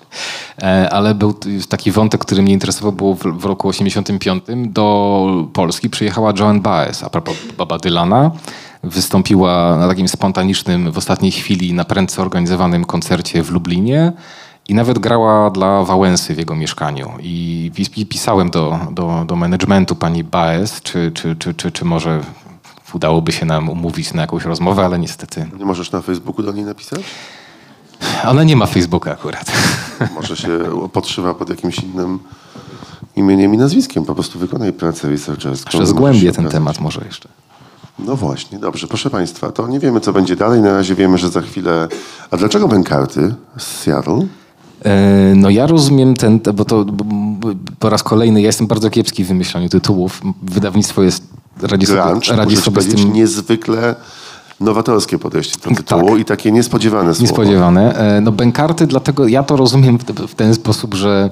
ale był taki wątek, który mnie interesował, było w roku 85. Do Polski przyjechała Joan Baez, a propos Boba Dylana. Wystąpiła na takim spontanicznym, w ostatniej chwili, na prędce organizowanym koncercie w Lublinie i nawet grała dla Wałęsy w jego mieszkaniu. I pisałem do managementu pani Baez, czy może udałoby się nam umówić na jakąś rozmowę, ale niestety... Nie możesz na Facebooku do niej napisać? Ona nie ma Facebooka akurat. Może się podszywa pod jakimś innym imieniem i nazwiskiem. Po prostu wykonaj pracę researcherską. Jeszcze zgłębię ten temat może jeszcze. No właśnie, dobrze. Proszę państwa, to nie wiemy, co będzie dalej. Na razie wiemy, że za chwilę... A dlaczego Bankarty z Seattle? No ja rozumiem bo po raz kolejny, ja jestem bardzo kiepski w wymyślaniu tytułów. Wydawnictwo jest radzi sobie z tym... niezwykle nowatorskie podejście do tytułu i takie niespodziewane słowo. Niespodziewane. Bankarty, dlatego ja to rozumiem w ten sposób, że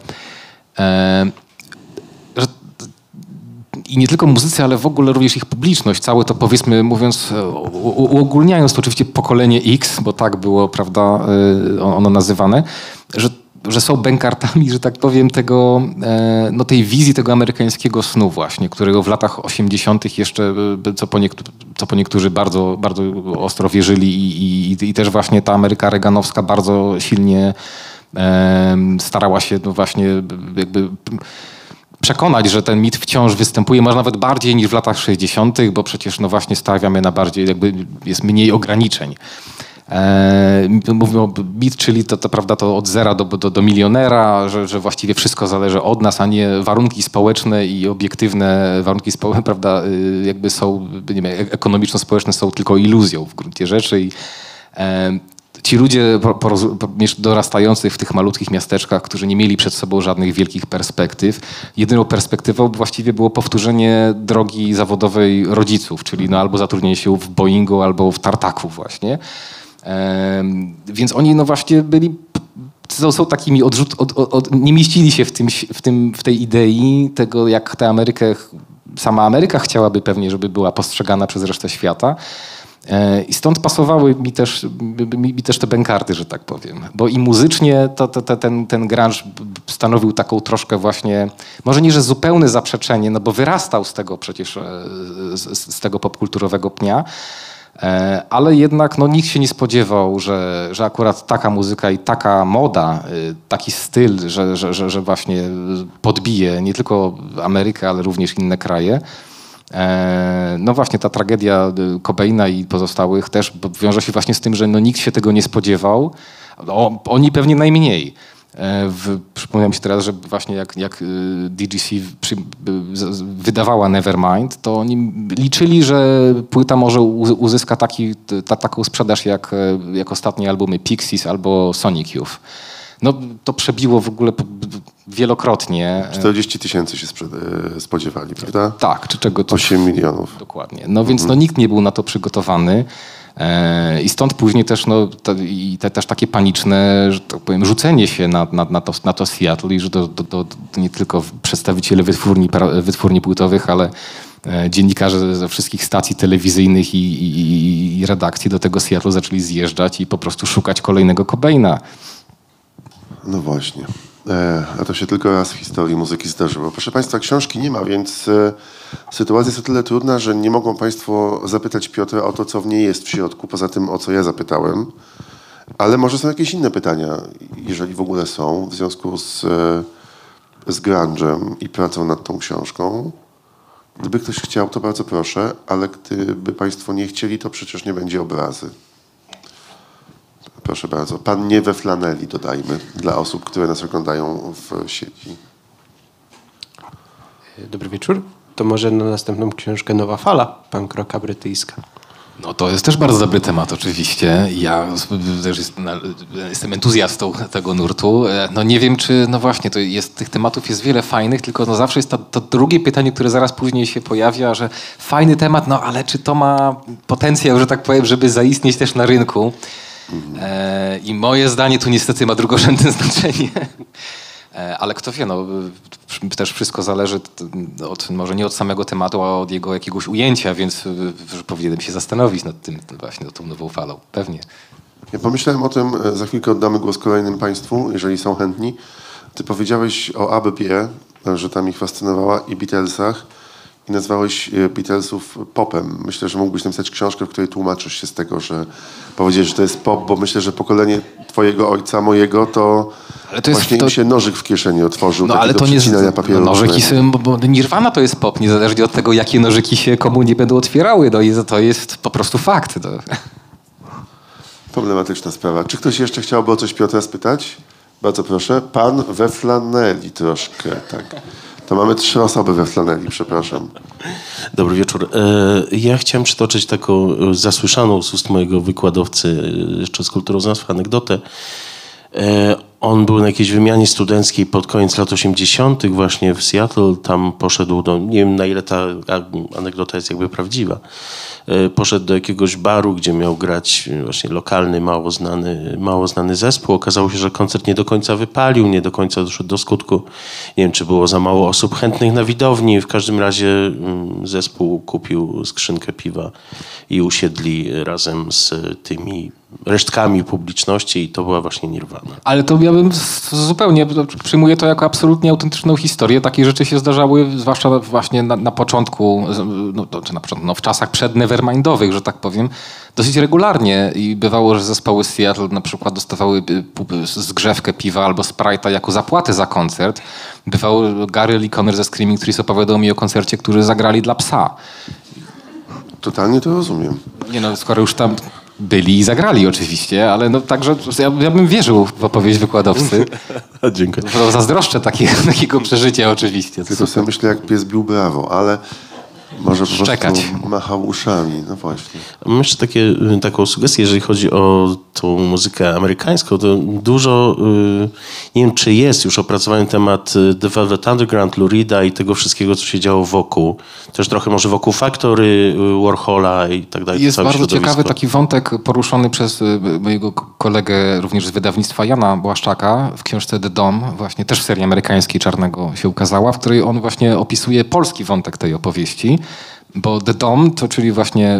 i nie tylko muzycy, ale w ogóle również ich publiczność, całe to powiedzmy, mówiąc, uogólniając to oczywiście pokolenie X, bo tak było, prawda, ono nazywane, że są bankartami, że tak powiem, tej wizji tego amerykańskiego snu właśnie, którego w latach 80. jeszcze, co po niektórzy bardzo, bardzo ostro wierzyli i też właśnie ta Ameryka reaganowska bardzo silnie starała się właśnie jakby przekonać, że ten mit wciąż występuje, może nawet bardziej niż w latach 60., bo przecież no właśnie stawiamy na bardziej, jakby jest mniej ograniczeń. Mówimy o mit, czyli to prawda, to od zera do milionera, że właściwie wszystko zależy od nas, a nie warunki społeczne i obiektywne warunki społeczne, prawda, jakby są, nie wiem, ekonomiczno-społeczne są tylko iluzją w gruncie rzeczy i ci ludzie dorastający w tych malutkich miasteczkach, którzy nie mieli przed sobą żadnych wielkich perspektyw, jedyną perspektywą właściwie było powtórzenie drogi zawodowej rodziców, czyli no albo zatrudnienie się w Boeingu, albo w Tartaku właśnie. Więc oni no właśnie byli, są takimi nie mieścili się w tej idei tego, jak tę Amerykę, sama Ameryka chciałaby pewnie, żeby była postrzegana przez resztę świata. I stąd pasowały mi też te bękarty, że tak powiem. Bo i muzycznie ten grunge stanowił taką troszkę właśnie, może nie, że zupełne zaprzeczenie, no bo wyrastał z tego przecież, z tego popkulturowego pnia, ale jednak no, nikt się nie spodziewał, że akurat taka muzyka i taka moda, taki styl, że właśnie podbije nie tylko Amerykę, ale również inne kraje. No właśnie ta tragedia Cobaina i pozostałych też wiąże się właśnie z tym, że no nikt się tego nie spodziewał. Oni pewnie najmniej. Przypomniałem się teraz, że właśnie jak DGC wydawała Nevermind, to oni liczyli, że płyta może uzyska taką sprzedaż jak ostatnie albumy Pixies albo Sonic Youth. No to przebiło w ogóle wielokrotnie. 40 000 się spodziewali, prawda? Tak, czy czego to? 8 milionów. Dokładnie. No więc no, nikt nie był na to przygotowany. I stąd później też, no, też takie paniczne, że tak powiem, rzucenie się na to Seattle i że to nie tylko przedstawiciele wytwórni płytowych, ale dziennikarze ze wszystkich stacji telewizyjnych i redakcji do tego Seattle zaczęli zjeżdżać i po prostu szukać kolejnego Cobaina. No właśnie. A to się tylko raz w historii muzyki zdarzyło. Proszę Państwa, książki nie ma, więc sytuacja jest o tyle trudna, że nie mogą Państwo zapytać Piotra o to, co w niej jest w środku, poza tym, o co ja zapytałem. Ale może są jakieś inne pytania, jeżeli w ogóle są, w związku z grunge'em i pracą nad tą książką. Gdyby ktoś chciał, to bardzo proszę, ale gdyby Państwo nie chcieli, to przecież nie będzie obrazy. Proszę bardzo. Pan nie we flaneli, dodajmy, dla osób, które nas oglądają w sieci. Dobry wieczór. To może na następną książkę Nowa Fala, punk rocka brytyjska. No to jest też bardzo dobry temat oczywiście. Ja też jestem entuzjastą tego nurtu. No nie wiem, czy no właśnie, tych tematów jest wiele fajnych, tylko no zawsze jest to drugie pytanie, które zaraz później się pojawia, że fajny temat, no ale czy to ma potencjał, że tak powiem, żeby zaistnieć też na rynku? I moje zdanie tu niestety ma drugorzędne znaczenie. Ale kto wie, no też wszystko zależy może nie od samego tematu, a od jego jakiegoś ujęcia, więc powinienem się zastanowić nad tym właśnie, nad tą nową falą. Pewnie. Ja pomyślałem o tym, za chwilkę oddamy głos kolejnym Państwu, jeżeli są chętni. Ty powiedziałeś o ABBA, że tam ich fascynowała, i Beatlesach, i nazwałeś Beatlesów popem. Myślę, że mógłbyś napisać książkę, w której tłumaczysz się z tego, że powiedzieć, że to jest pop, bo myślę, że pokolenie twojego ojca, mojego, to właśnie im się nożyk w kieszeni otworzył. No ale to nie papieru. Nożyki bo Nirvana to jest pop, niezależnie od tego, jakie nożyki się komu nie będą otwierały. No i to jest po prostu fakt. No. Problematyczna sprawa. Czy ktoś jeszcze chciałby o coś Piotra spytać? Bardzo proszę. Pan we flaneli troszkę, tak. To mamy 3 osoby we flaneli, przepraszam. Dobry wieczór. Ja chciałem przytoczyć taką zasłyszaną z ust mojego wykładowcy jeszcze z kulturoznawstwa anegdotę. On był na jakiejś wymianie studenckiej pod koniec lat 80. właśnie w Seattle. Tam poszedł, nie wiem na ile ta anegdota jest jakby prawdziwa. Poszedł do jakiegoś baru, gdzie miał grać właśnie lokalny, mało znany zespół. Okazało się, że koncert nie do końca wypalił, nie do końca doszedł do skutku. Nie wiem, czy było za mało osób chętnych na widowni. W każdym razie zespół kupił skrzynkę piwa i usiedli razem z tymi resztkami publiczności i to była właśnie Nirvana. Ale to ja bym zupełnie przyjmuję to jako absolutnie autentyczną historię. Takie rzeczy się zdarzały, zwłaszcza właśnie na początku, w czasach przednevermindowych, że tak powiem, dosyć regularnie. I bywało, że zespoły z Seattle na przykład dostawały zgrzewkę piwa albo Sprite'a jako zapłatę za koncert. Bywało, Gary Lee Conner ze Screaming Trees opowiadał mi o koncercie, który zagrali dla psa. Totalnie to rozumiem. Nie no, skoro już tam byli i zagrali oczywiście, ale no także ja bym wierzył w opowieść wykładowcy. Dziękuję. To zazdroszczę takiego przeżycia oczywiście. Tylko sobie myślę, jak pies bił brawo, ale może po Szczekać. prostu machał uszami. No właśnie. Mam jeszcze taką sugestię, jeżeli chodzi o tą muzykę amerykańską, to dużo, nie wiem czy jest już opracowany temat The Velvet Underground, Lou Reeda i tego wszystkiego, co się działo wokół. Też trochę może wokół Factory, Warhola i tak dalej. Jest całe bardzo środowisko. ciekawy taki wątek poruszony przez mojego kolegę również z wydawnictwa Jana Błaszczaka w książce The Dom, właśnie też w serii amerykańskiej Czarnego się ukazała, w której on właśnie opisuje polski wątek tej opowieści. Bo The Dom to czyli właśnie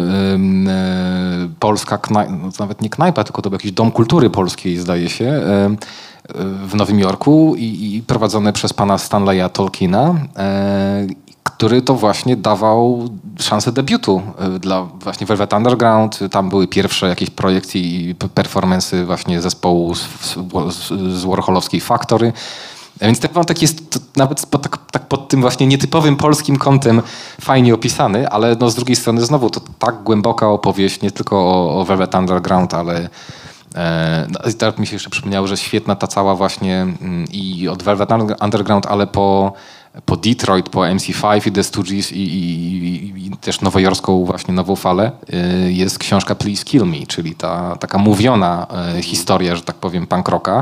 polska knajpa, no nawet nie knajpa, tylko to był jakiś dom kultury polskiej, zdaje się, w Nowym Jorku i prowadzone przez pana Stanleya Tolkiena, który to właśnie dawał szansę debiutu dla właśnie Velvet Underground. Tam były pierwsze jakieś projekcje i performance'y właśnie zespołu z warholowskiej Factory. Więc ten wątek jest nawet tak pod tym właśnie nietypowym polskim kątem fajnie opisany, ale no z drugiej strony znowu to tak głęboka opowieść, nie tylko o Velvet Underground, ale no, teraz mi się jeszcze przypomniało, że świetna ta cała właśnie i od Velvet Underground, ale po Detroit, po MC5 i The Stooges i też nowojorską właśnie nową falę jest książka Please Kill Me, czyli ta taka mówiona historia, że tak powiem, punk rocka.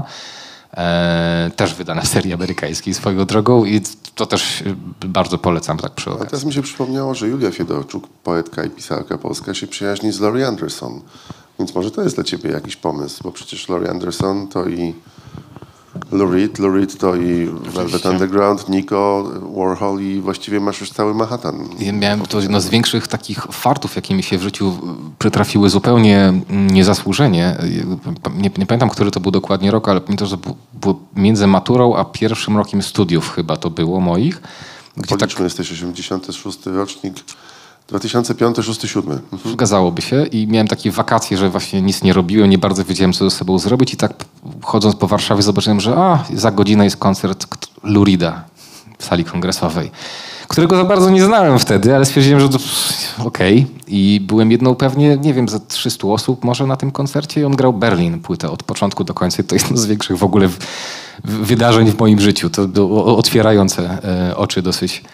Też wydana w serii amerykańskiej swoją drogą i to też bardzo polecam tak przy A okazji. teraz mi się przypomniało, że Julia Fiedorczuk, poetka i pisarka polska, się przyjaźni z Laurie Anderson. Więc może to jest dla ciebie jakiś pomysł, bo przecież Laurie Anderson to i Lou Reed to i Velvet Underground, Nico, Warhol i właściwie masz już cały Manhattan. Ja miałem to jedno z większych takich fartów, jakie mi się w życiu przytrafiły zupełnie niezasłużenie. Nie pamiętam, który to był dokładnie rok, ale pamiętam, że było między maturą a pierwszym rokiem studiów chyba to było moich. Gdzie Policzmy, jesteś 86 rocznik, 2005, 6, 7. Zgadzałoby się i miałem takie wakacje, że właśnie nic nie robiłem, nie bardzo wiedziałem, co ze sobą zrobić i tak chodząc po Warszawie zobaczyłem, że za godzinę jest koncert Lou Reeda w sali kongresowej, którego za bardzo nie znałem wtedy, ale stwierdziłem, że to okej. I byłem jedną pewnie, nie wiem, za 300 osób może na tym koncercie i on grał Berlin płytę od początku do końca. To jest jedno z większych w ogóle wydarzeń w moim życiu. To było otwierające oczy dosyć.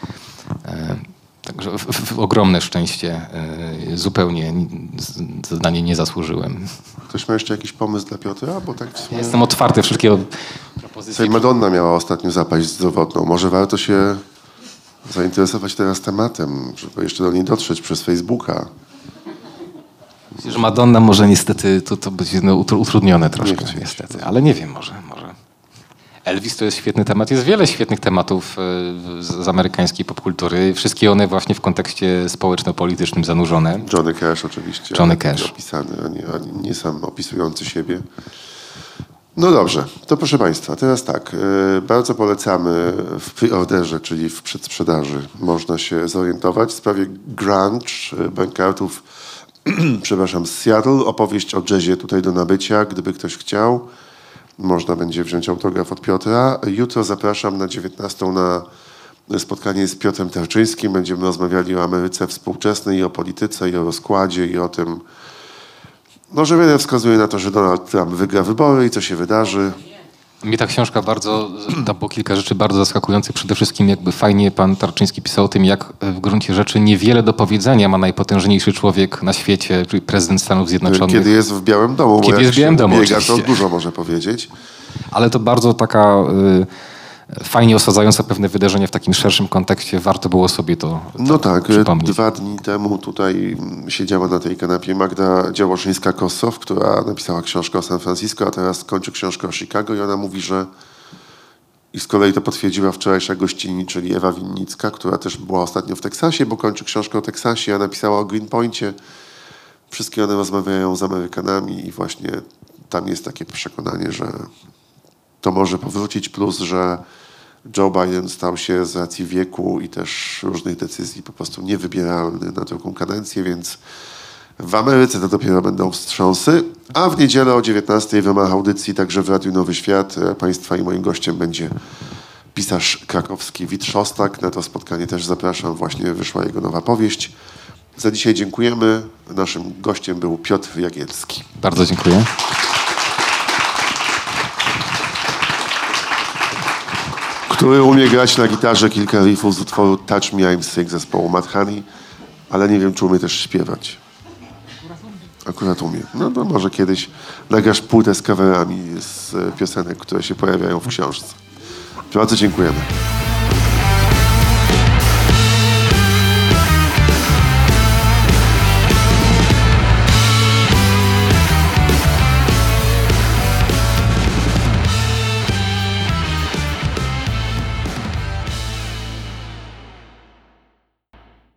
Także ogromne szczęście. Zupełnie na nie zasłużyłem. Ktoś ma jeszcze jakiś pomysł dla Piotra? Bo tak w sumie... Jestem otwarty wszystkie propozycje. Tutaj Madonna miała ostatnio zapaść zdrowotną. Może warto się zainteresować teraz tematem, żeby jeszcze do niej dotrzeć przez Facebooka. Myślę, że Madonna może niestety to będzie utrudnione troszkę Nie niestety, ale nie wiem, może. Elvis to jest świetny temat. Jest wiele świetnych tematów z amerykańskiej popkultury. Wszystkie one właśnie w kontekście społeczno-politycznym zanurzone. Johnny Cash oczywiście. Johnny Cash. Opisany, nie sam opisujący siebie. No dobrze, to proszę Państwa, teraz tak. Bardzo polecamy w pre-orderze, czyli w przedsprzedaży. Można się zorientować w sprawie grunge, bankartów, przepraszam, z Seattle. Opowieść o jazzie tutaj do nabycia, gdyby ktoś chciał. Można będzie wziąć autograf od Piotra. Jutro zapraszam na 19 na spotkanie z Piotrem Tarczyńskim. Będziemy rozmawiali o Ameryce współczesnej i o polityce, i o rozkładzie, i o tym, no, że wiele wskazuje na to, że Donald Trump wygra wybory i co się wydarzy. Mnie ta książka tam było kilka rzeczy bardzo zaskakujących. Przede wszystkim jakby fajnie pan Tarczyński pisał o tym, jak w gruncie rzeczy niewiele do powiedzenia ma najpotężniejszy człowiek na świecie, czyli prezydent Stanów Zjednoczonych. Kiedy jest w Białym Domu. Kiedy bo jest w jak Białym się Domu, biega, oczywiście. to dużo może powiedzieć. Ale to bardzo taka fajnie osadzająca pewne wydarzenia w takim szerszym kontekście. Warto było sobie to No tak, przypomnieć. 2 dni temu tutaj siedziała na tej kanapie Magda Działoszyńska-Kossow, która napisała książkę o San Francisco, a teraz kończy książkę o Chicago i ona mówi, że i z kolei to potwierdziła wczorajsza gościni, czyli Ewa Winnicka, która też była ostatnio w Teksasie, bo kończy książkę o Teksasie, a napisała o Greenpoincie. wszystkie one rozmawiają z Amerykanami i właśnie tam jest takie przekonanie, że to może powrócić, plus, że Joe Biden stał się z racji wieku i też różnych decyzji po prostu niewybieralny na drugą kadencję, więc w Ameryce to dopiero będą wstrząsy, a w niedzielę o 19:00 w ramach audycji także w Radiu Nowy Świat Państwa i moim gościem będzie pisarz krakowski Wit Szostak. Na to spotkanie też zapraszam, właśnie wyszła jego nowa powieść. Za dzisiaj dziękujemy. Naszym gościem był Piotr Jagielski. Bardzo dziękuję. Który umie grać na gitarze kilka riffów z utworu Touch Me I'm Sick zespołu Mad Honey, ale nie wiem, czy umie też śpiewać. Akurat umie. No to może kiedyś nagrasz płytę z coverami z piosenek, które się pojawiają w książce. Bardzo dziękujemy.